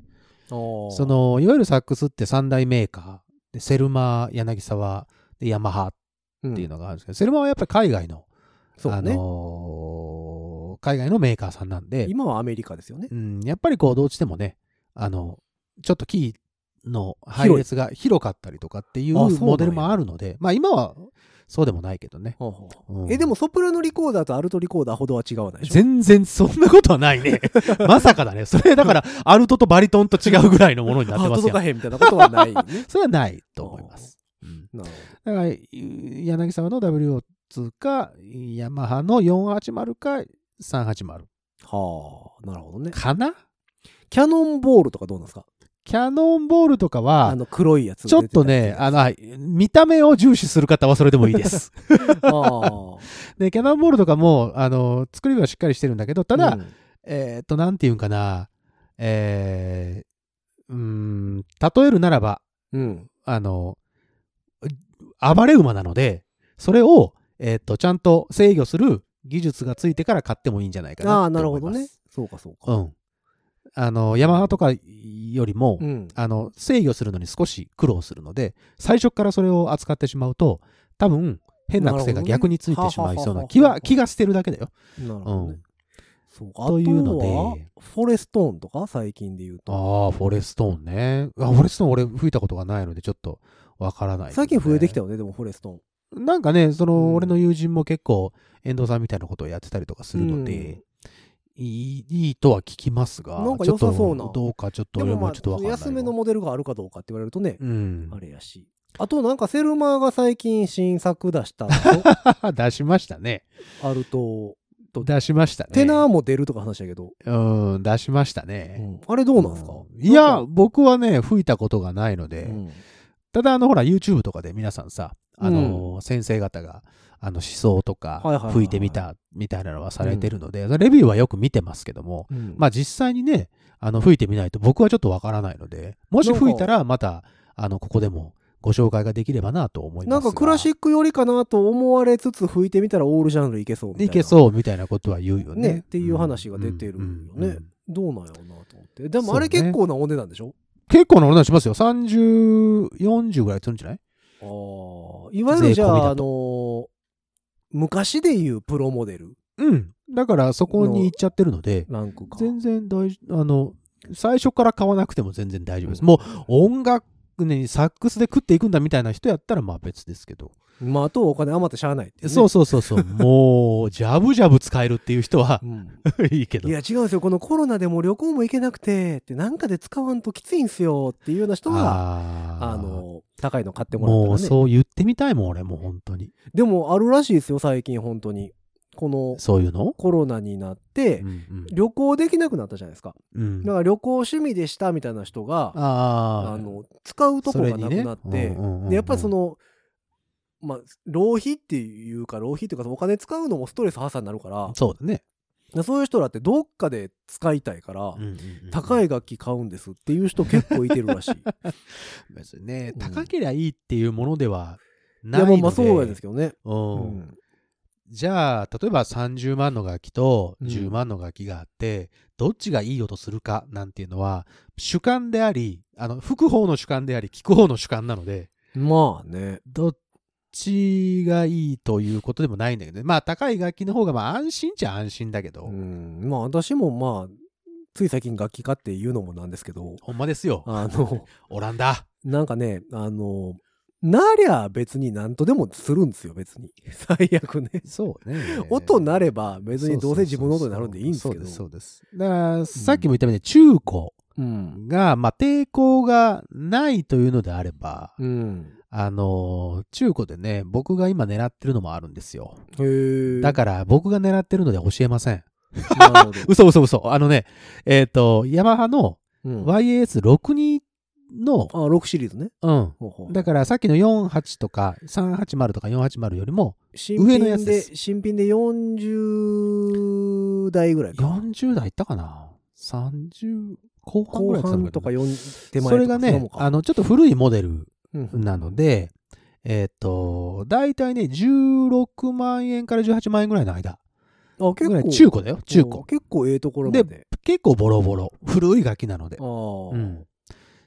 そのいわゆるサックスって三大メーカーでセルマ、柳沢でヤマハっていうのがあるんですけど、うん、セルマはやっぱり海外の、そうね、あのー、海外のメーカーさんなんで、 今はアメリカですよね。 うん、やっぱりこうどうしてもね、あのちょっとキーの配列が広かったりとかっていうモデルもあるので、まあ今はそうでもないけどね。ほうほう、うん、え、でもソプラノリコーダーとアルトリコーダーほどは違わないでしょ？ 全然そんなことはないね。まさかだね。それだからアルトとバリトンと違うぐらいのものになってますよ。 届かへんみたいなことはない、ね。 それはないと思います。うん、なるほど。だから柳沢の ダブリューオーツー かヤマハのよんはちまるかさんはちまる。 はあ、なるほどね。 かな？ キャノンボールとかどうなんですか？ キャノンボールとかは、 あの黒いやつ。 ちょっとね、あの、見た目を重視する方はそれでもいいです。あで、キャノンボールとかも、あの、作りはしっかりしてるんだけど、ただ、うん、えっと、なんていうんかな、えー、うーん、例えるならば、うん、あの、暴れ馬なので、それを、えっと、ちゃんと制御する技術がついてから買ってもいいんじゃないかなって思います。ああ、なるほどね。 そうかそうか。 うん。あのヤマハとかよりも、うん、あの制御するのに少し苦労するので、最初からそれを扱ってしまうと多分変な癖が逆についてしまいそうな気は気がしてるだけだよ。なるほどね。うん、 そうか。というのでフォレストーンとか最近で言うと、 ああフォレストーンね。あフォレストーン俺吹いたことがないのでちょっとわからない、ね。 最近増えてきたよねでもフォレストーン。なんかねその、うん、俺の友人も結構遠藤さんみたいなことをやってたりとかするので。うんいい、いいとは聞きますが、 なんか良さそうな。 どうかちょっと俺もちょっとわかんない。 安めのモデルがあるかどうかって言われるとね、うん、あれやし。あとなんかセルマーが最近新作出した出しましたね。 アルトと出しましたね。 テナーも出るとか話だけど。 うん、出しましたね。 うん、あれどうなんですか？ うん、いや、僕はね、吹いたことがないので、うん、ただあのほら YouTube とかで皆さんさ、あの、うん、先生方が、あの思想とか吹いてみたみたいなのはされてるので、レビューはよく見てますけども、うん、まあ実際にねあの吹いてみないと僕はちょっとわからないので、もし吹いたらまたあのここでもご紹介ができればなと思いますが、 なんかクラシック寄りかなと思われつつ吹いてみたらオールジャンルいけそうみたいな、 いけそうみたいなことは言うよ ね, ねっていう話が出てるよね、うんうんうん、どうなんやろうなと思って。でもあれ結構なお値段でしょ？ 結構なお値段しますよ。さんじゅう、よんじゅうぐらいするんじゃない？ ああ、いわゆるじゃああのー昔でいうプロモデル。 うん。だからそこに行っちゃってるので、ランクか全然大丈夫。あの、最初から買わなくても全然大丈夫です。うん、もう音楽にサックスで食っていくんだみたいな人やったらまあ別ですけど。 まああとお金余ってしゃあないって、ね。 そうそうそうそう。もう、ジャブジャブ使えるっていう人は、うん、いいけど。 いや違うんですよ。このコロナでも旅行も行けなくて、ってなんかで使わんときついんすよっていうような人は、あ、あの、高いの買ってもらったらね。 もうそう言ってみたいもん俺もう本当に。 でもあるらしいですよ最近本当に。このそういうのコロナになって、うんうん、旅行できなくなったじゃないですか、うん、だから旅行趣味でしたみたいな人が あ, あの使うとこがなくなって、ね、でやっぱりそのまあ浪費っていうか浪費っていうかお金使うのもストレス発散になるから、 そうだね。 そういう人だってどっかで使いたいから、うんうんうんうん、高い楽器買うんですっていう人結構いてるらしい。 別にね、高けりゃいいっていうものではないので、いやまあそうなんですけどね、 うんうん、じゃあ例えばさんじゅうまんの楽器とじゅうまんの楽器があって、うん、どっちがいい音するかなんていうのは主観であり、あの吹く方の主観であり聞く方の主観なので、 まあね、 どっちがいいということでもないんだけどね。まあ高い楽器の方がまあ安心っちゃ安心だけど、うん、 まあ私もまあつい最近楽器買って言うのもなんですけど、 ほんまですよ。 あのオランダなんかね、あのなりゃ別に何とでもするんですよ別に。最悪ね。 そうね。 音なれば別にどうせ自分の音になるんでいいんですけど。 そうですそうです。だからさっきも言ったように中古が、うん、まあ抵抗がないというのであれば、うん、あの中古でね僕が今狙ってるのもあるんですよ。へー。だから僕が狙ってるので教えません。嘘嘘嘘。あのねえっとヤマハの ワイエーエスろくじゅうに の、 ああろくシリーズね。 うん。ほうほう。だからさっきのよんじゅうはちとかさんびゃくはちじゅうとかよんひゃくはちじゅうよりも上のやつです。 新品でよんじゅうだいぐらいか。 よんじゅうだいいったかな。さんじゅうこう半ぐらい後半とかよん手前とか。 それがね、あのちょっと古いモデルなので、うん、えっ、ー、とだいたいねじゅうろくまんえんからじゅうはちまんえんぐらいの間。 あ、結構中古だよ、中古。 結構ええところまで。 で結構ボロボロ古い楽器なので。ああ。うん。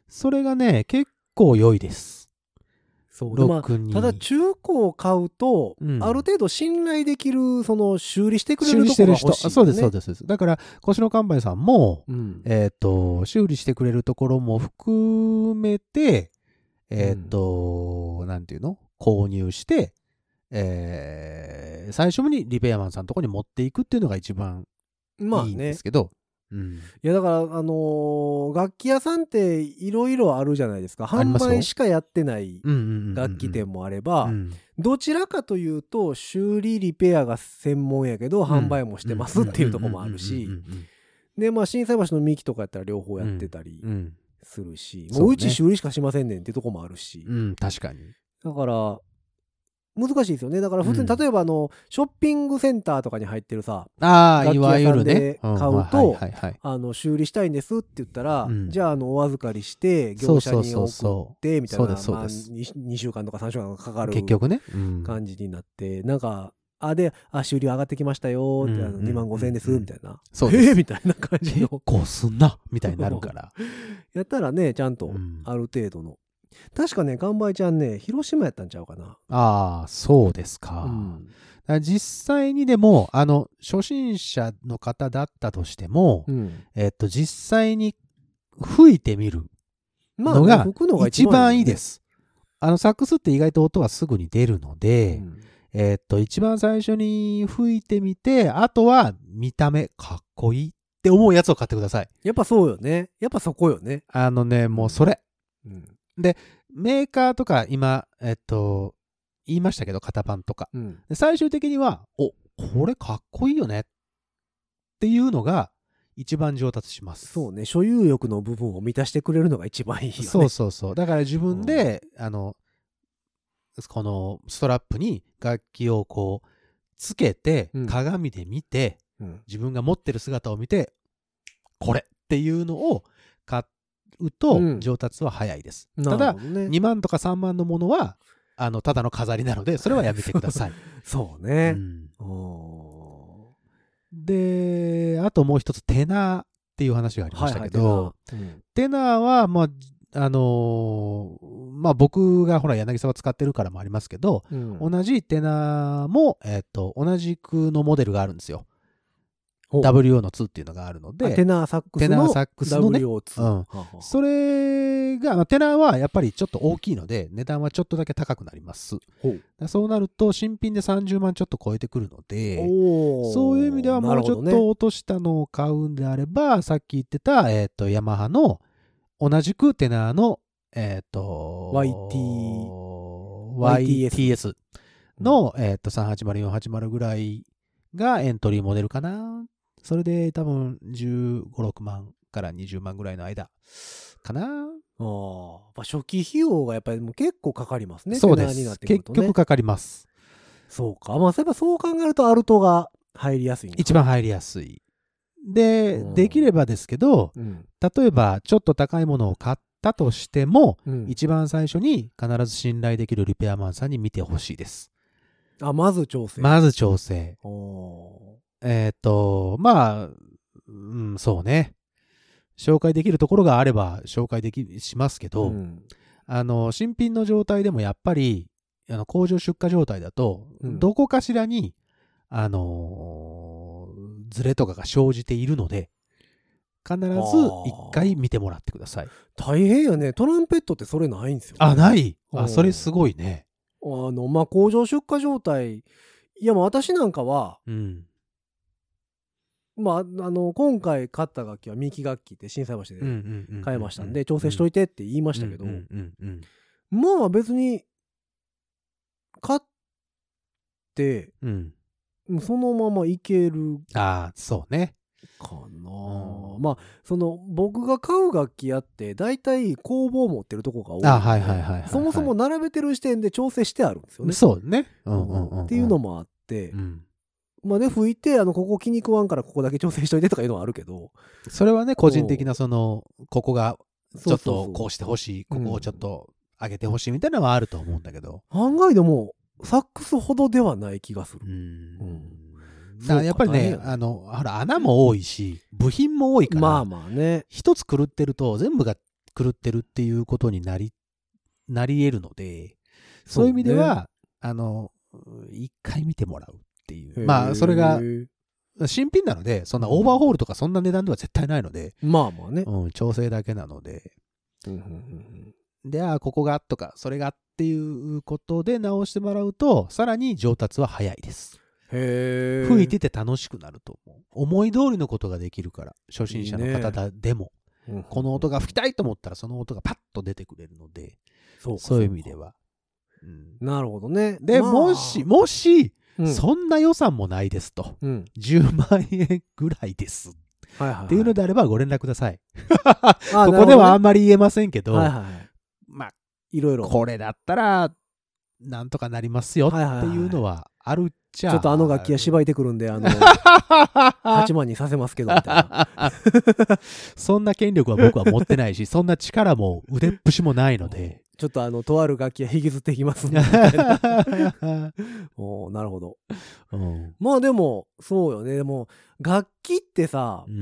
それがね、結構良いです。 そうで、まあ、ただ中古を買うと、うん、ある程度信頼できるその修理してくれるところが欲しい、ね、修理してる人、 そうですそうです。だから腰の看板さんも、うん、えっと修理してくれるところも含めてえっと、うん、なんていうの購入して、えー、最初にリペアマンさんのところに持っていくっていうのが一番いいんですけど、まあね、うん、 いやだからあのー、楽器屋さんっていろいろあるじゃないですか。販売しかやってない楽器店もあれば、どちらかというと修理リペアが専門やけど、うん、販売もしてますっていうところもあるし、でまあ心斎橋のミキとかやったら両方やってたりするし、うんうん、もううち修理しかしませんねんっていうところもあるし、 うん、確かに。 だから難しいですよね。だから普通に例えばあの、うん、ショッピングセンターとかに入ってるさ、 あ楽器屋さんで買うと修理したいんですって言ったら、うん、じゃああのお預かりして業者に送ってみたいな、まあ、にしゅうかんとかさんしゅうかんかかる結局ね、 感じになって、なんかあであ修理上がってきましたよって、うん、あのにまんごせんえんですみたいな、 そうですえー、みたいな感じの結構すんなみたいになるからやったらねちゃんとある程度の、確かね、完売ちゃんね、広島やったんちゃうかな。 ああ、そうですか。うん、か実際にでも、あの、初心者の方だったとしても、うん、えっと、実際に吹いてみるのが一番いいです。あの、サックスって意外と音はすぐに出るので、うん、えっと、一番最初に吹いてみて、あとは見た目かっこいいって思うやつを買ってください。 やっぱそうよね。やっぱそこよね。 あのね、もうそれ。うんで、メーカーとか今、えっと、言いましたけど、型番とか。うん、で最終的には、お、これかっこいいよねっていうのが一番上達します。 そうね、所有欲の部分を満たしてくれるのが一番いいよね。 そうそうそう。だから自分で、うん、あの、このストラップに楽器をこう、つけて、うん、鏡で見て、うん、自分が持ってる姿を見て、これっていうのを買って、うと上達は早いです、うん、ただ、ね、にまんとかさんまんのものはあのただの飾りなのでそれはやめてくださいそうね、うん、 であともう一つテナーっていう話がありましたけど、はいはいテナー、うん、テナーはまああのー、まあ僕がほら柳沢使ってるからもありますけど、うん、同じテナーも、えー、と同じくのモデルがあるんですよ。ダブリューオー のにっていうのがあるので、 テナーサックスのテナーサックスのね、 ダブリューオーツー、うん、 ははそれが、まあ、テナーはやっぱりちょっと大きいので値段はちょっとだけ高くなります。そうなると新品でさんじゅうまんちょっと超えてくるので、そういう意味ではもうちょっと落としたのを買うんであれば、ね、さっき言ってた、えー、とヤマハの同じくテナーの、えー、とワイティーワイティーエス の、うんえー、とさんはちまる、よんはちまるぐらいがエントリーモデルかな。それで多分じゅうご、ろくまんからにじゅうまんぐらいの間かな。 あ初期費用がやっぱりもう結構かかりますね。 そうです。ね、結局かかります。 そうか。まあそういえばそう考えるとアルトが入りやすいんだ。 一番入りやすい。で、できればですけど、うん、例えばちょっと高いものを買ったとしても、うん、一番最初に必ず信頼できるリペアマンさんに見てほしいです。 あ、まず調整。 まず調整。えっと、まあ、うん、そうね。紹介できるところがあれば紹介でき、しますけど、うん、あの、新品の状態でもやっぱり、あの工場出荷状態だと、うん、どこかしらに、あのー、ズレとかが生じているので、必ず一回見てもらってください。 大変やね。トランペットってそれないんですよ、ね。 あ、ないあ、それすごいね。 あの、まあ、工場出荷状態、いや、もう私なんかは、うん、まあ、あの今回買った楽器はミキ楽器って心斎橋で買いましたんで調整しといてって言いましたけど、まあ別に買って、うん、そのままいけるああそうねかな、うん、まあその僕が買う楽器やって大体工房持ってるとこが多いのでそもそも並べてる時点で調整してあるんですよね。 そうね、 っていうのもあって、うんまあね、拭いて、あの、ここ気に食わんからここだけ調整しといてとかいうのはあるけど。 それはね、個人的なその、ここがちょっとこうしてほしい、ここをちょっと上げてほしいみたいなのはあると思うんだけど。 案外でも、サックスほどではない気がする。うん。 うん、だからやっぱりね、あの、ほら、穴も多いし、部品も多いから、 まあまあね。 一つ狂ってると全部が狂ってるっていうことになり、なり得るので、そういう意味では、ね、あの、一回見てもらうっていう。まあ、それが、新品なので、そんなオーバーホールとかそんな値段では絶対ないので、 まあまあね。 うん、調整だけなので。うんうんうん、で、ああ、ここがとか、それがっていうことで直してもらうと、さらに上達は早いです。 へー。 吹いてて楽しくなると思う。思い通りのことができるから、初心者の方でも。いいね、この音が吹きたいと思ったら、その音がパッと出てくれるので、そうそういう意味では。 うん、なるほどね。 で、まあ、もし、もし、うん、そんな予算もないですと、うん、じゅうまんえんぐらいです、はいはいはい、っていうのであればご連絡ください。ここではあんまり言えませんけど、はいはい、まあいろいろこれだったらなんとかなりますよっていうのはあるっちゃ、 ちょっとあの楽器はしばいてくるんであのはちまんにさせますけどみたいなそんな権力は僕は持ってないし、そんな力も腕っぷしもないのでちょっとあのとある楽器は引きずってきますんでみたいなおなるほど、うん、まあでもそうよね。でも楽器ってさ、うん、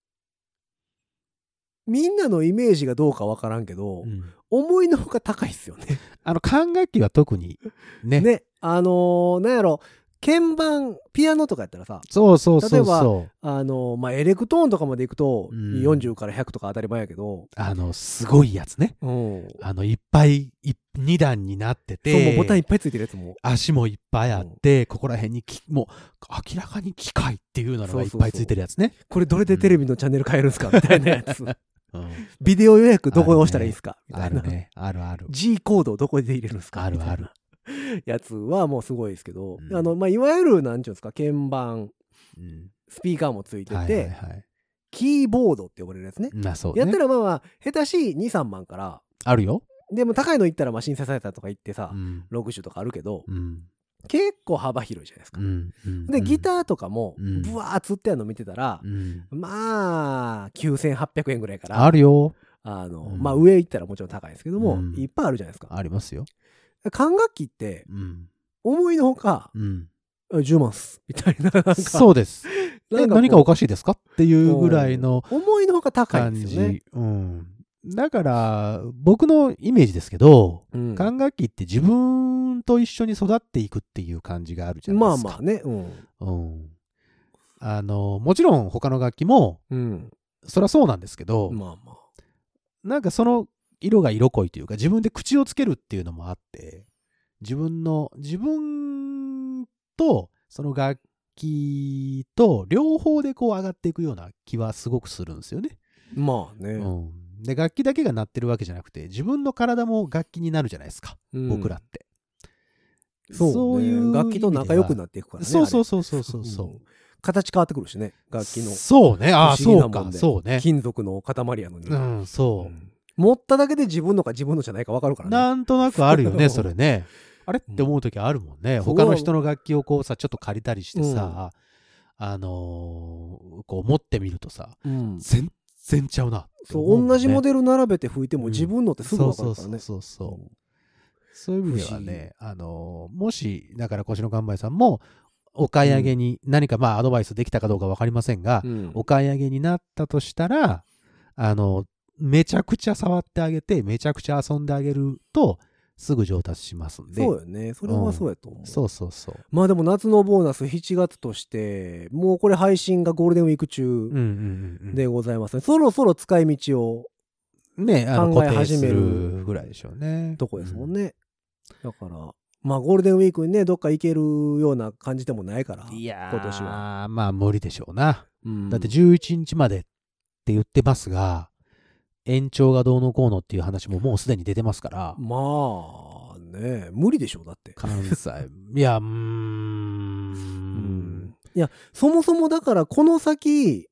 みんなのイメージがどうかわからんけど、うん、思いのほか高いっすよね。 あの管楽器は特にね。 ね、あのー、なんやろ、鍵盤ピアノとかやったらさ、 そうそうそうそう、 例えばあのー、まあエレクトーンとかまでいくと、うん、よんじゅうからひゃくとか当たり前やけど、 あのすごいやつね、うん、あのいっぱいに段になってて、 そうもうボタンいっぱいついてるやつも足もいっぱいあって、うん、ここら辺にきもう明らかに機械っていうのがいっぱいついてるやつね。そうそうそう、 これどれでテレビのチャンネル変えるんすかみたいなやつ。うん、ビデオ予約どこで押したらいいですか、みたいな。 あるね、あるある。 G コードをどこで入れるんですか、 あるある。 やつはもうすごいですけど、うん、あのまあいわゆるなんていうんですか、鍵盤、うん、スピーカーもついてて、はいはいはい、キーボードって呼ばれるやつね。 まあそうね。 やったらまあまあ下手しに、さんまんからあるよ。 でも高いのいったらまあシンセサイザーとかいってさ、うん、ろく種とかあるけど、うん、結構幅広いじゃないですか、うんうん、でギターとかもブワーつってあるの見てたら、うん、まあきゅうせんはっぴゃくえんぐらいからあるよ。 あの、うん、まあ上行ったらもちろん高いですけども、うん、いっぱいあるじゃないですか。 ありますよ。 管楽器って、うん、思いのほか、うん、じゅうまんっすみたいな、なんかそうです。なんか何かおかしいですかっていうぐらいの思いのほか高いんですよね。 うん、だから僕のイメージですけど、うん、管楽器って自分と一緒に育っていくっていう感じがあるじゃないですか。 まあまあね、うんうん、あのもちろん他の楽器も、うん、そりゃそうなんですけど、まあまあ、なんかその色が色濃いというか、自分で口をつけるっていうのもあって、自分の自分とその楽器と両方でこう上がっていくような気はすごくするんですよね。 まあね、うん、 で楽器だけが鳴ってるわけじゃなくて、自分の体も楽器になるじゃないですか、うん、僕らって。 そうね、そういう楽器と仲良くなっていくからね。 そうそうそうそうそうそう、うん、 形変わってくるしね、楽器の。 そうね、ああそうか、そうね、 金属の塊やのに、 うん、そう、うん、 持っただけで自分のか自分のじゃないか分かるからね。 なんとなくあるよねそれね。あれって思う時あるもんね、うん、他の人の楽器をこうさちょっと借りたりしてさ、うん、あのー、こう持ってみるとさ、うん、全然ちゃうな、ね、 そう同じモデル並べて吹いても自分のってすぐ分かるからね。 そうそうそうそう、うん、そういう意味ではね、あのー、もしだから腰の看板さんもお買い上げに何かまあアドバイスできたかどうか分かりませんが、うん、お買い上げになったとしたら、あのめちゃくちゃ触ってあげてめちゃくちゃ遊んであげるとすぐ上達しますんで。 そうよね、それはそうやと思う、うん、 そうそうそう。 まあでも夏のボーナスしちがつとしてもうこれ配信がゴールデンウィーク中でございますね、うんうんうん、そろそろ使い道をね考え始めるぐらいでしょうね、 とこですもんね、うん、だからまあゴールデンウィークにねどっか行けるような感じでもないから、 いや今年はまあ無理でしょうな、うん、だってじゅういちにちまでって言ってますが、延長がどうのこうのっていう話ももうすでに出てますから。 まあね、無理でしょうだって関西いやうーん、うん、 いやそもそもだからこの先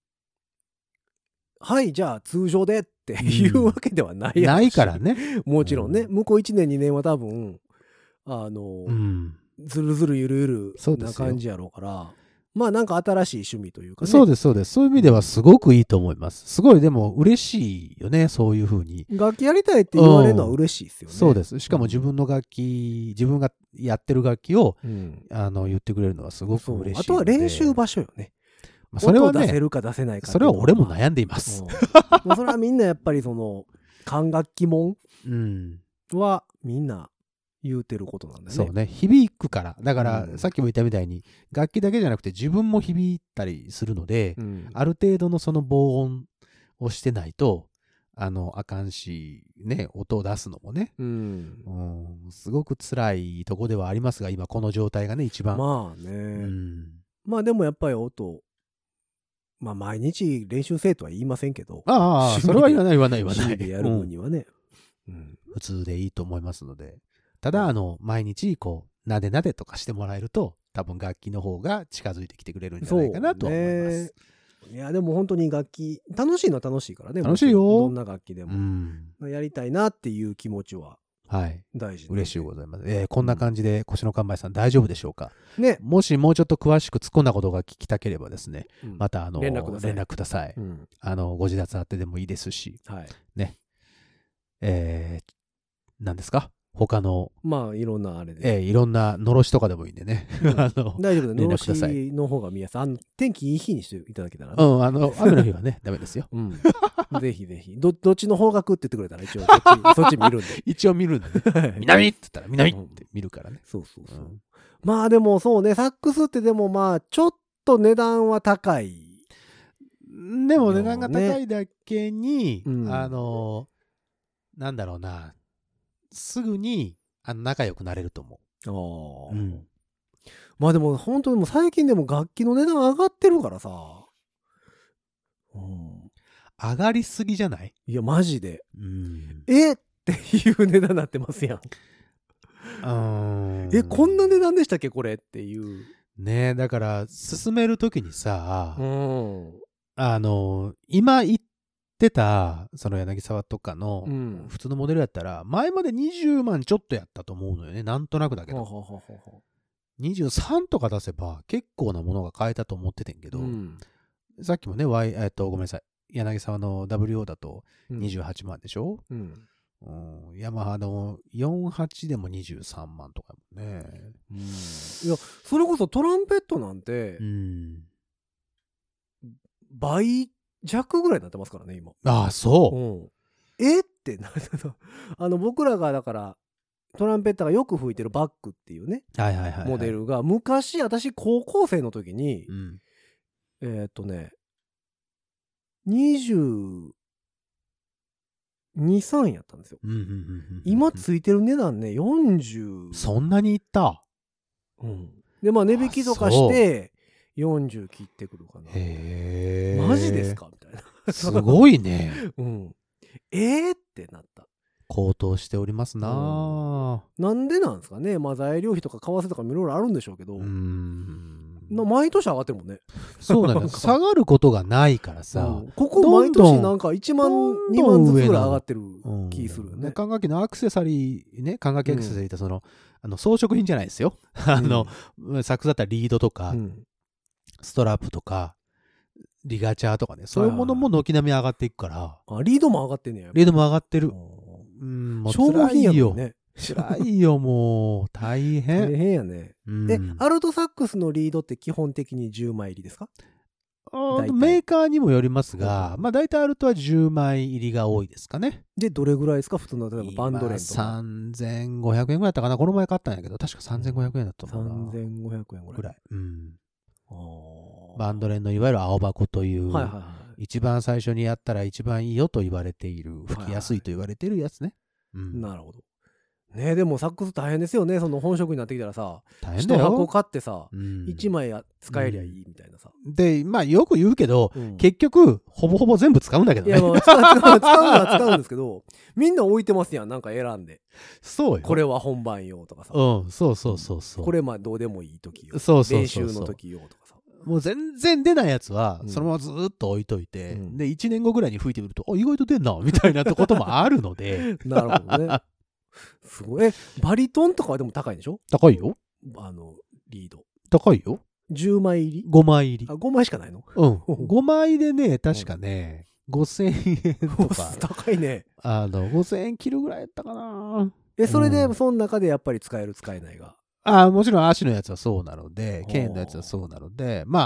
はいじゃあ通常でっていうわけではないやろし、 うん、ないからねもちろんね、うん、向こういちねんにねんは多分あの、うん、ずるずるゆるゆるな感じやろうから、まあなんか新しい趣味というかね。 そうですそうです。そういう意味ではすごくいいと思います。すごいでも嬉しいよね、そういう風に。 楽器やりたいって言われるのは嬉しいですよね。 うん、そうです。しかも自分の楽器、自分がやってる楽器を、うん、あの言ってくれるのはすごく嬉しい。 あとは練習場所よね。 まあ、それはね、 音出せるか出せないか。 それは俺も悩んでいます。 うん、それはみんなやっぱりその、管楽器もんはみんな言うてることなんだね。 そうね。響くから。だから、さっきも言ったみたいに、楽器だけじゃなくて自分も響いたりするので、うん、ある程度のその防音をしてないと、あの、あかんし、ね、音を出すのもね、うんうん、すごく辛いとこではありますが、今この状態がね、一番。 まあね。うん、まあでもやっぱり音、まあ毎日練習せえとは言いませんけど。 ああ、それは言わない言わない言わない。 趣味でやる分にはね、 うんうん。普通でいいと思いますので。ただ、あの、毎日、こう、なでなでとかしてもらえると、多分楽器の方が近づいてきてくれるんじゃないかなと思います。 いやでも本当に楽器楽しいのは楽しいからね。 楽しいよ。 どんな楽器でも、うん、やりたいなっていう気持ちははい大事、 嬉しいございます。えー、こんな感じで腰の看板さん大丈夫でしょうか。 ね。 もしもうちょっと詳しく突っ込んだことが聞きたければですね、うん、またあの連絡ください。 連絡ください。うん、あのご自立あってでもいいですし、 はい、 ね。えー、何ですか。他のまあいろんなあれで、 えー、いろんなのろしとかでもいいんでね、うん、 あの大丈夫だ。のろしの方が見やすい。あの天気いい日にしていただけたら、 ね、うんあの雨の日はねダメですよ、 うん、ぜひぜひ ど, どっちの方角って言ってくれたら一応そっちそっち見るんで一応見るんで、ね、南って言ったら南って見るからね、 うん、そうそうそう、うん、まあでもそうねサックスってでもまあちょっと値段は高い。 でも値段が高いだけに、うん、あのなんだろうなすぐにあの仲良くなれると思う。あ、うん、 まあでも本当にもう最近でも楽器の値段上がってるからさ、 うん、上がりすぎじゃない？ いやマジで、うん、えっていう値段になってますやん。えこんな値段でしたっけこれっていうねえ。だから進めるときにさ、うん、あの今言って出たその柳沢とかの普通のモデルやったら前までにじゅうまんちょっとやったと思うのよね。なんとなくだけどにじゅうさんとか出せば結構なものが買えたと思っててんけど、うん、さっきもね、y、えっとごめんなさい柳沢の ダブリューオー だとにじゅうはちまんでしょ、うんうん、ヤマハのよんじゅうはちでもにじゅうさんまんとかもね、 うん、いやそれこそトランペットなんて、うん、倍弱ぐらいになってますからね今。 ああそう、うん、 えってなあの僕らがだからトランペッターがよく吹いてるバックっていうね、 はいはいはいはい、 モデルが昔私高校生の時に、うん、えー、っとねにじゅうに、さんやったんですよ、うんうんうんうん、今ついてる値段ねよんじゅう。 そんなにいった、 うん、でまあ値引きとかしてよんじゅう切ってくるかな。へーマジですかみたいな。 すごいね、 うん、えーってなった。 高騰しておりますな、 うん、なんでなんですかね。まあ材料費とか為替とかもいろいろあるんでしょうけど、うーん毎年上がってるもんね。 そうなんです下がることがないからさ、うん、 ここ毎年なんかいちまんにまんずつぐらい上がってる気するよね。 管楽器のアクセサリーね、管楽器アクセサリーってその、うん、あの装飾品じゃないですよ。あの、うん、サックスだったらリードとか、うん、ストラップとかリガチャーとかね、そういうものも軒並み上がっていくから。 あ、リードも上がってんねや。 リードも上がってる。うん、もう消耗品やもんね。 辛いよ、もう。大変。 大変やね。うん、え、アルトサックスのリードって基本的にじゅうまい入りですか？ あメーカーにもよりますが、まあ大体アルトはじゅうまい入りが多いですかね。 で、どれぐらいですか？普通の例えばバンドレンとか。 さんぜんごひゃくえんぐらいだったかな。この前買ったんやけど、確かさんぜんごひゃくえんだったもんな。 さんぜんごひゃくえんぐらい。 ぐらい。うん。バンドレンのいわゆる青箱という、はいはいはい、一番最初にやったら一番いいよと言われている、吹きやすいと言われているやつね。 はいはいうん、なるほど。ね、でもサックス大変ですよね。その本職になってきたらさ、大変だよ。一箱買ってさ、うん、いちまい使えりゃいいみたいなさ。 うん、で、まあよく言うけど、うん、結局ほぼほぼ全部使うんだけどね。 いや、まあ、使う使う使うのは使うんですけど、みんな置いてますやん。なんか選んで。 そうよ。 これは本番用とかさ。 うん、そうそうそうそう。 これまあどうでもいい時用。 そうそうそうそう。練習の時用とかさ。 もう全然出ないやつはそのままずっと置いといて、うん、でいちねんごぐらいに吹いてみると、あ、意外と出んなみたいなこともあるので。 なるほどね。すごい。え、バリトンとかはでも高いでしょ？ 高いよ。 あのリード。 高いよ。 じゅうまい入り？ ごまい入り。 あ、ごまいしかないの？ うん。ごまいでね、確かね、ごせんえんとか。 高いね。 あのごせんえん切るぐらいやったかな。 え、それでその中でやっぱり使える使えないが。 ああ、もちろん足のやつはそうなので、剣のやつはそうなので、まあ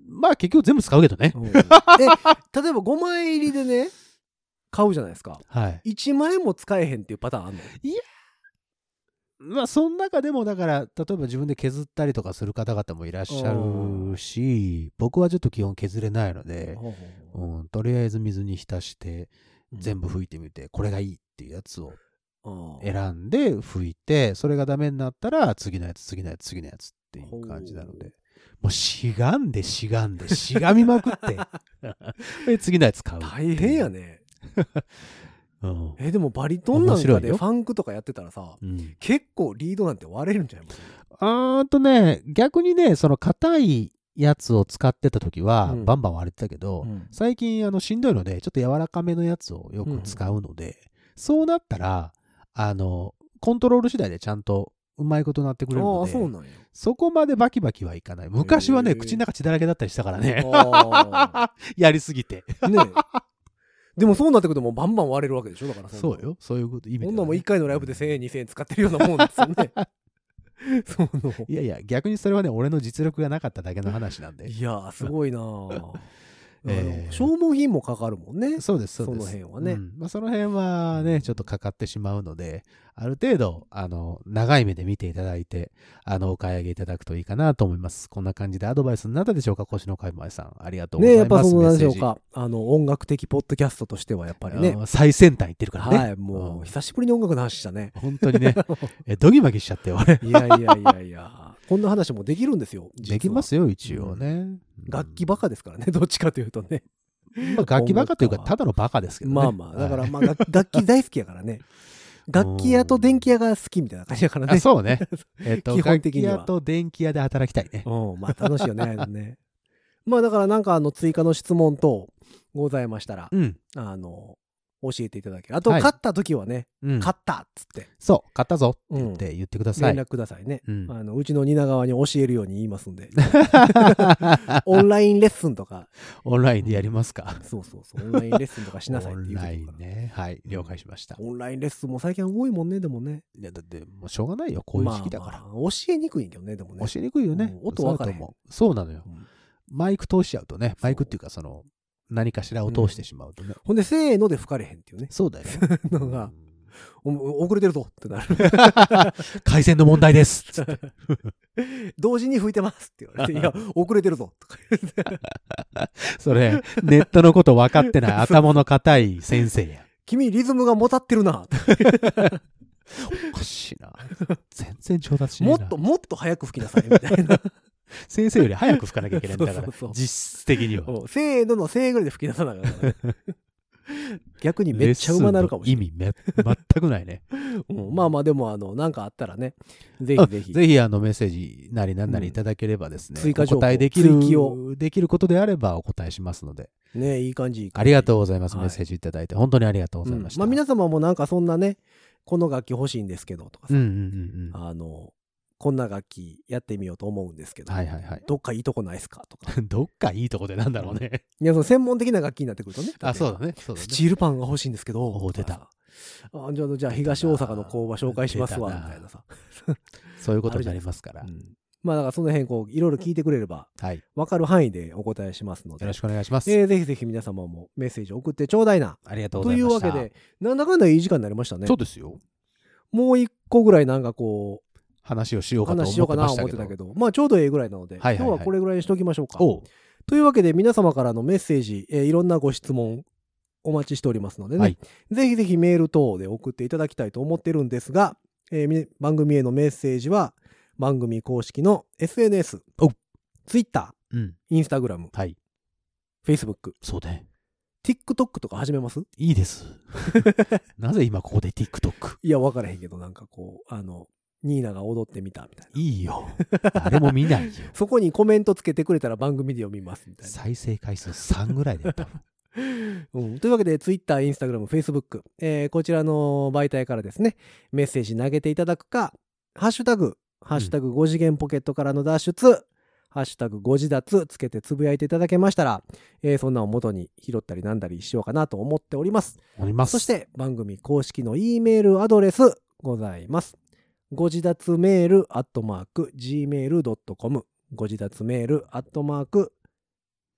まあ結局全部使うけどね。 うん、え、例えばごまい入りでね、買うじゃないですか。 はい。 いちまいも使えへんっていうパターンあんの？ いや、まあその中でもだから例えば自分で削ったりとかする方々もいらっしゃるし、僕はちょっと基本削れないので、うん、とりあえず水に浸して全部拭いてみて、これがいいっていうやつを選んで拭いて、それがダメになったら次のやつ次のやつ次のやつっていう感じなので、もうしがんでしがんでしがみまくってで次のやつ買う。 大変やね。 うん、 えでもバリトンなんかでファンクとかやってたらさ、うん、結構リードなんて割れるんじゃない？ あーとね、逆にね、その硬いやつを使ってた時はバンバン割れてたけど、うん、最近あのしんどいのでちょっと柔らかめのやつをよく使うので、うん、そうなったらあのコントロール次第でちゃんとうまいことなってくれるので、 そうなんや。 そこまでバキバキはいかない。昔はね、口の中血だらけだったりしたからねやりすぎてね。 でもそうなってくるともうバンバン割れるわけでしょ。だからそうよ、そういうこと意味だよね。 こんなもんいっかいのライブでせんえんにせんえん使ってるようなもんですよねそのいやいや、逆にそれはね、俺の実力がなかっただけの話なんで。 いやーすごいなーえー、消耗品もかかるもんね。 そうです、そうです。 その辺はね、 うんまあ、その辺はね、ちょっとかかってしまうので、ある程度あの長い目で見ていただいて、あのお買い上げいただくといいかなと思います。こんな感じでアドバイスになったでしょうか、越野かいまえさん。ありがとうございます。 ね、やっぱそうなんでしょうか。あの音楽的ポッドキャストとしてはやっぱりね、 最先端行ってるからね。 はい、もう、うん、久しぶりに音楽の話したね。 本当にね、えドギマギしちゃって俺。 いやいやいやいや、こんな話もできるんですよ。 できますよ一応ね、うん。 楽器バカですからね、どっちかというとね。 まあ、楽器バカというかただのバカですけどね。 まあまあだからまあ楽器大好きやからね。楽器屋と電気屋が好きみたいな感じだからね。 あそうね。えっと基本的には楽器屋と電気屋で働きたいね。 うん、まあ楽しいよねね。まあだからなんかあの追加の質問等ございましたら、うん、あの教えていただける。あと、はい、買った時はね、うん、買ったっつってそう買ったぞって言って言ってください、 うん、連絡くださいね、うん、あのうちの蜷川に教えるように言いますんでオンラインレッスンとかオンラインでやりますか、 うん、そうそうそうオンラインレッスンとかしなさいって言うオンラインね、はい了解しました。 オンラインレッスンも最近多いもんね。でもね、 いやだってもうしょうがないよ、こういう時期だから、まあまあ、教えにくいんけどね。でもね教えにくいよね、 うん、音分かれへん。 そうなのよ、うん、マイク通しちゃうとね、マイクっていうかその何かしらを通してしまうとね、うん、 ほんでせーので吹かれへんっていうね。 そうだよのが、うん、遅れてるぞってなる回線の問題ですつって同時に吹いてますって言われていや遅れてるぞとか言ってそれネットのこと分かってない頭の固い先生や。 君リズムがもたってるなおかしいな、全然上達しないな。 もっともっと早く吹きなさいみたいな先生より早く吹かなきゃいけないんだからそうそうそう、実質的にはせーののせーぐらいで吹き出さなかった、ね、逆にめっちゃうまなるかもしれない。 意味め全くないね、 うん、まあまあでもあのなんかあったらね、ぜひぜひぜひあのメッセージなりなんなりいただければですね、うん、 追加情報お答えできる追記をできることであればお答えしますのでね。いい感じ、いい感じ。 ありがとうございます、はい、メッセージいただいて本当にありがとうございました、 うん、まあ皆様もなんかそんなね、この楽器欲しいんですけどとかさ、うんうんうんうん、あのこんな楽器やってみようと思うんですけど、はいはいはい、どっかいいとこないっすかとかどっかいいとこでなんだろうね、 いやその専門的な楽器になってくるとね、 あそうだね、そうだね、 スチールパンが欲しいんですけど、 お出た、 あじゃあじゃあ東大阪の工場紹介しますわみたいなさそういうことになりますから、 うん、まあだからその辺こういろいろ聞いてくれれば、はい、分かる範囲でお答えしますのでよろしくお願いします、 えー、ぜひぜひ皆様もメッセージ送ってちょうだいな。 ありがとうございました。 というわけでなんだかんだいい時間になりましたね。 そうですよ。 もう一個ぐらいなんかこう話をしようかと思ってましたけど、 けどまあちょうどええぐらいなので、はいはいはい、今日はこれぐらいにしときましょうか。というわけで皆様からのメッセージ、えー、いろんなご質問お待ちしておりますのでね、はい、ぜひぜひメール等で送っていただきたいと思ってるんですが、えー、番組へのメッセージは番組公式の エスエヌエス、Twitter、うん、Instagram、はい、Facebook、 そうね、 TikTok とか始めます？ いいですなぜ今ここで TikTok？ いや分からへんけどなんかこうあのニーナが踊ってみたみたいな。 いいよ。誰も見ないよ。 そこにコメントつけてくれたら番組で読みますみたいな。 再生回数さんぐらいでやったうん、というわけで Twitter、Instagram、Facebook、えー、こちらの媒体からですねメッセージ投げていただくか、ハッシュタグハッシュタグご次元ポケットからの脱出、うん、ハッシュタグご自立つけてつぶやいていただけましたら、えー、そんなを元に拾ったりなんだりしようかなと思っております。 おります。 そして番組公式の E メールアドレスございます。ご自立メールアットマーク ジーメールドットコム ご自立メールアットマーク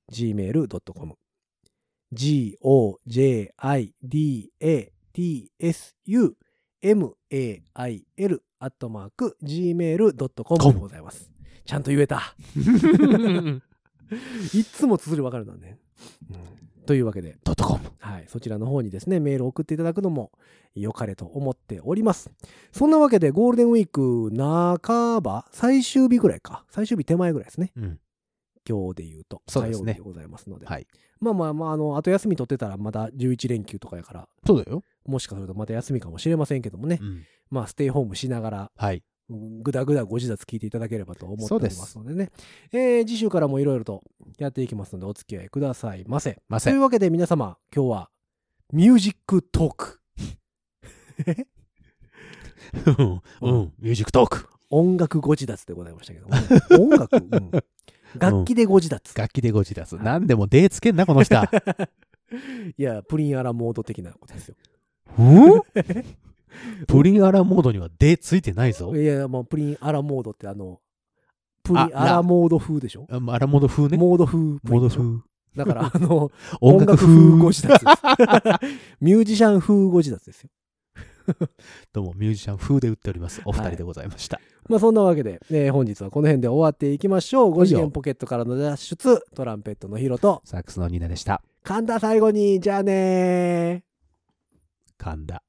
ジーメールドットコム ジーオージェーアイディーエーティーエスユーエムエーアイエル アットマーク ジーメールドットコム でございます。ちゃんと言えた。いつも綴り分かるのね、うん。というわけで、 ドットコム、 はい、そちらの方にですね、メールを送っていただくのも良かれと思っております。そんなわけで、ゴールデンウィーク半ば、最終日ぐらいか、最終日手前ぐらいですね。 うん、 今日で言うと、 そうですね、 火曜日でございますので、 はい、 まあまあまあ、あの、あと休み取ってたらまだじゅういち連休とかやから、 そうだよ。 もしかするとまた休みかもしれませんけどもね、うん、まあ、ステイホームしながら、 はい、 ぐだぐだご自殺聞いていただければと思っておりますのでね。えー、次週からもいろいろとやっていきますのでお付き合いくださいませ。 ませ。 というわけで皆様、今日はミュージックトーク。 うん、うん、ミュージックトーク。 音楽ご自殺でございましたけども、音楽、うん、楽器でご自殺。 うん、楽器でご自殺。何でも手つけんな、この人。 いや、プリンアラモード的なことですよ。 うんプリンアラモードには出ついてないぞ。 いや、もうプリンアラモードってあの、プリンアラモード風でしょ。 あアラモード風ね。 モード風。 モード風。 だから、あの、 音楽風ご自殺です。ミュージシャン風ご自殺ですよ。 どうも、ミュージシャン風で売っております。お二人でございました。はい、 まあそんなわけで、えー、本日はこの辺で終わっていきましょう。ご次元ポケットからの脱出、トランペットのヒロと、 サックスのニナでした。 神田最後に、じゃあねー。 神田。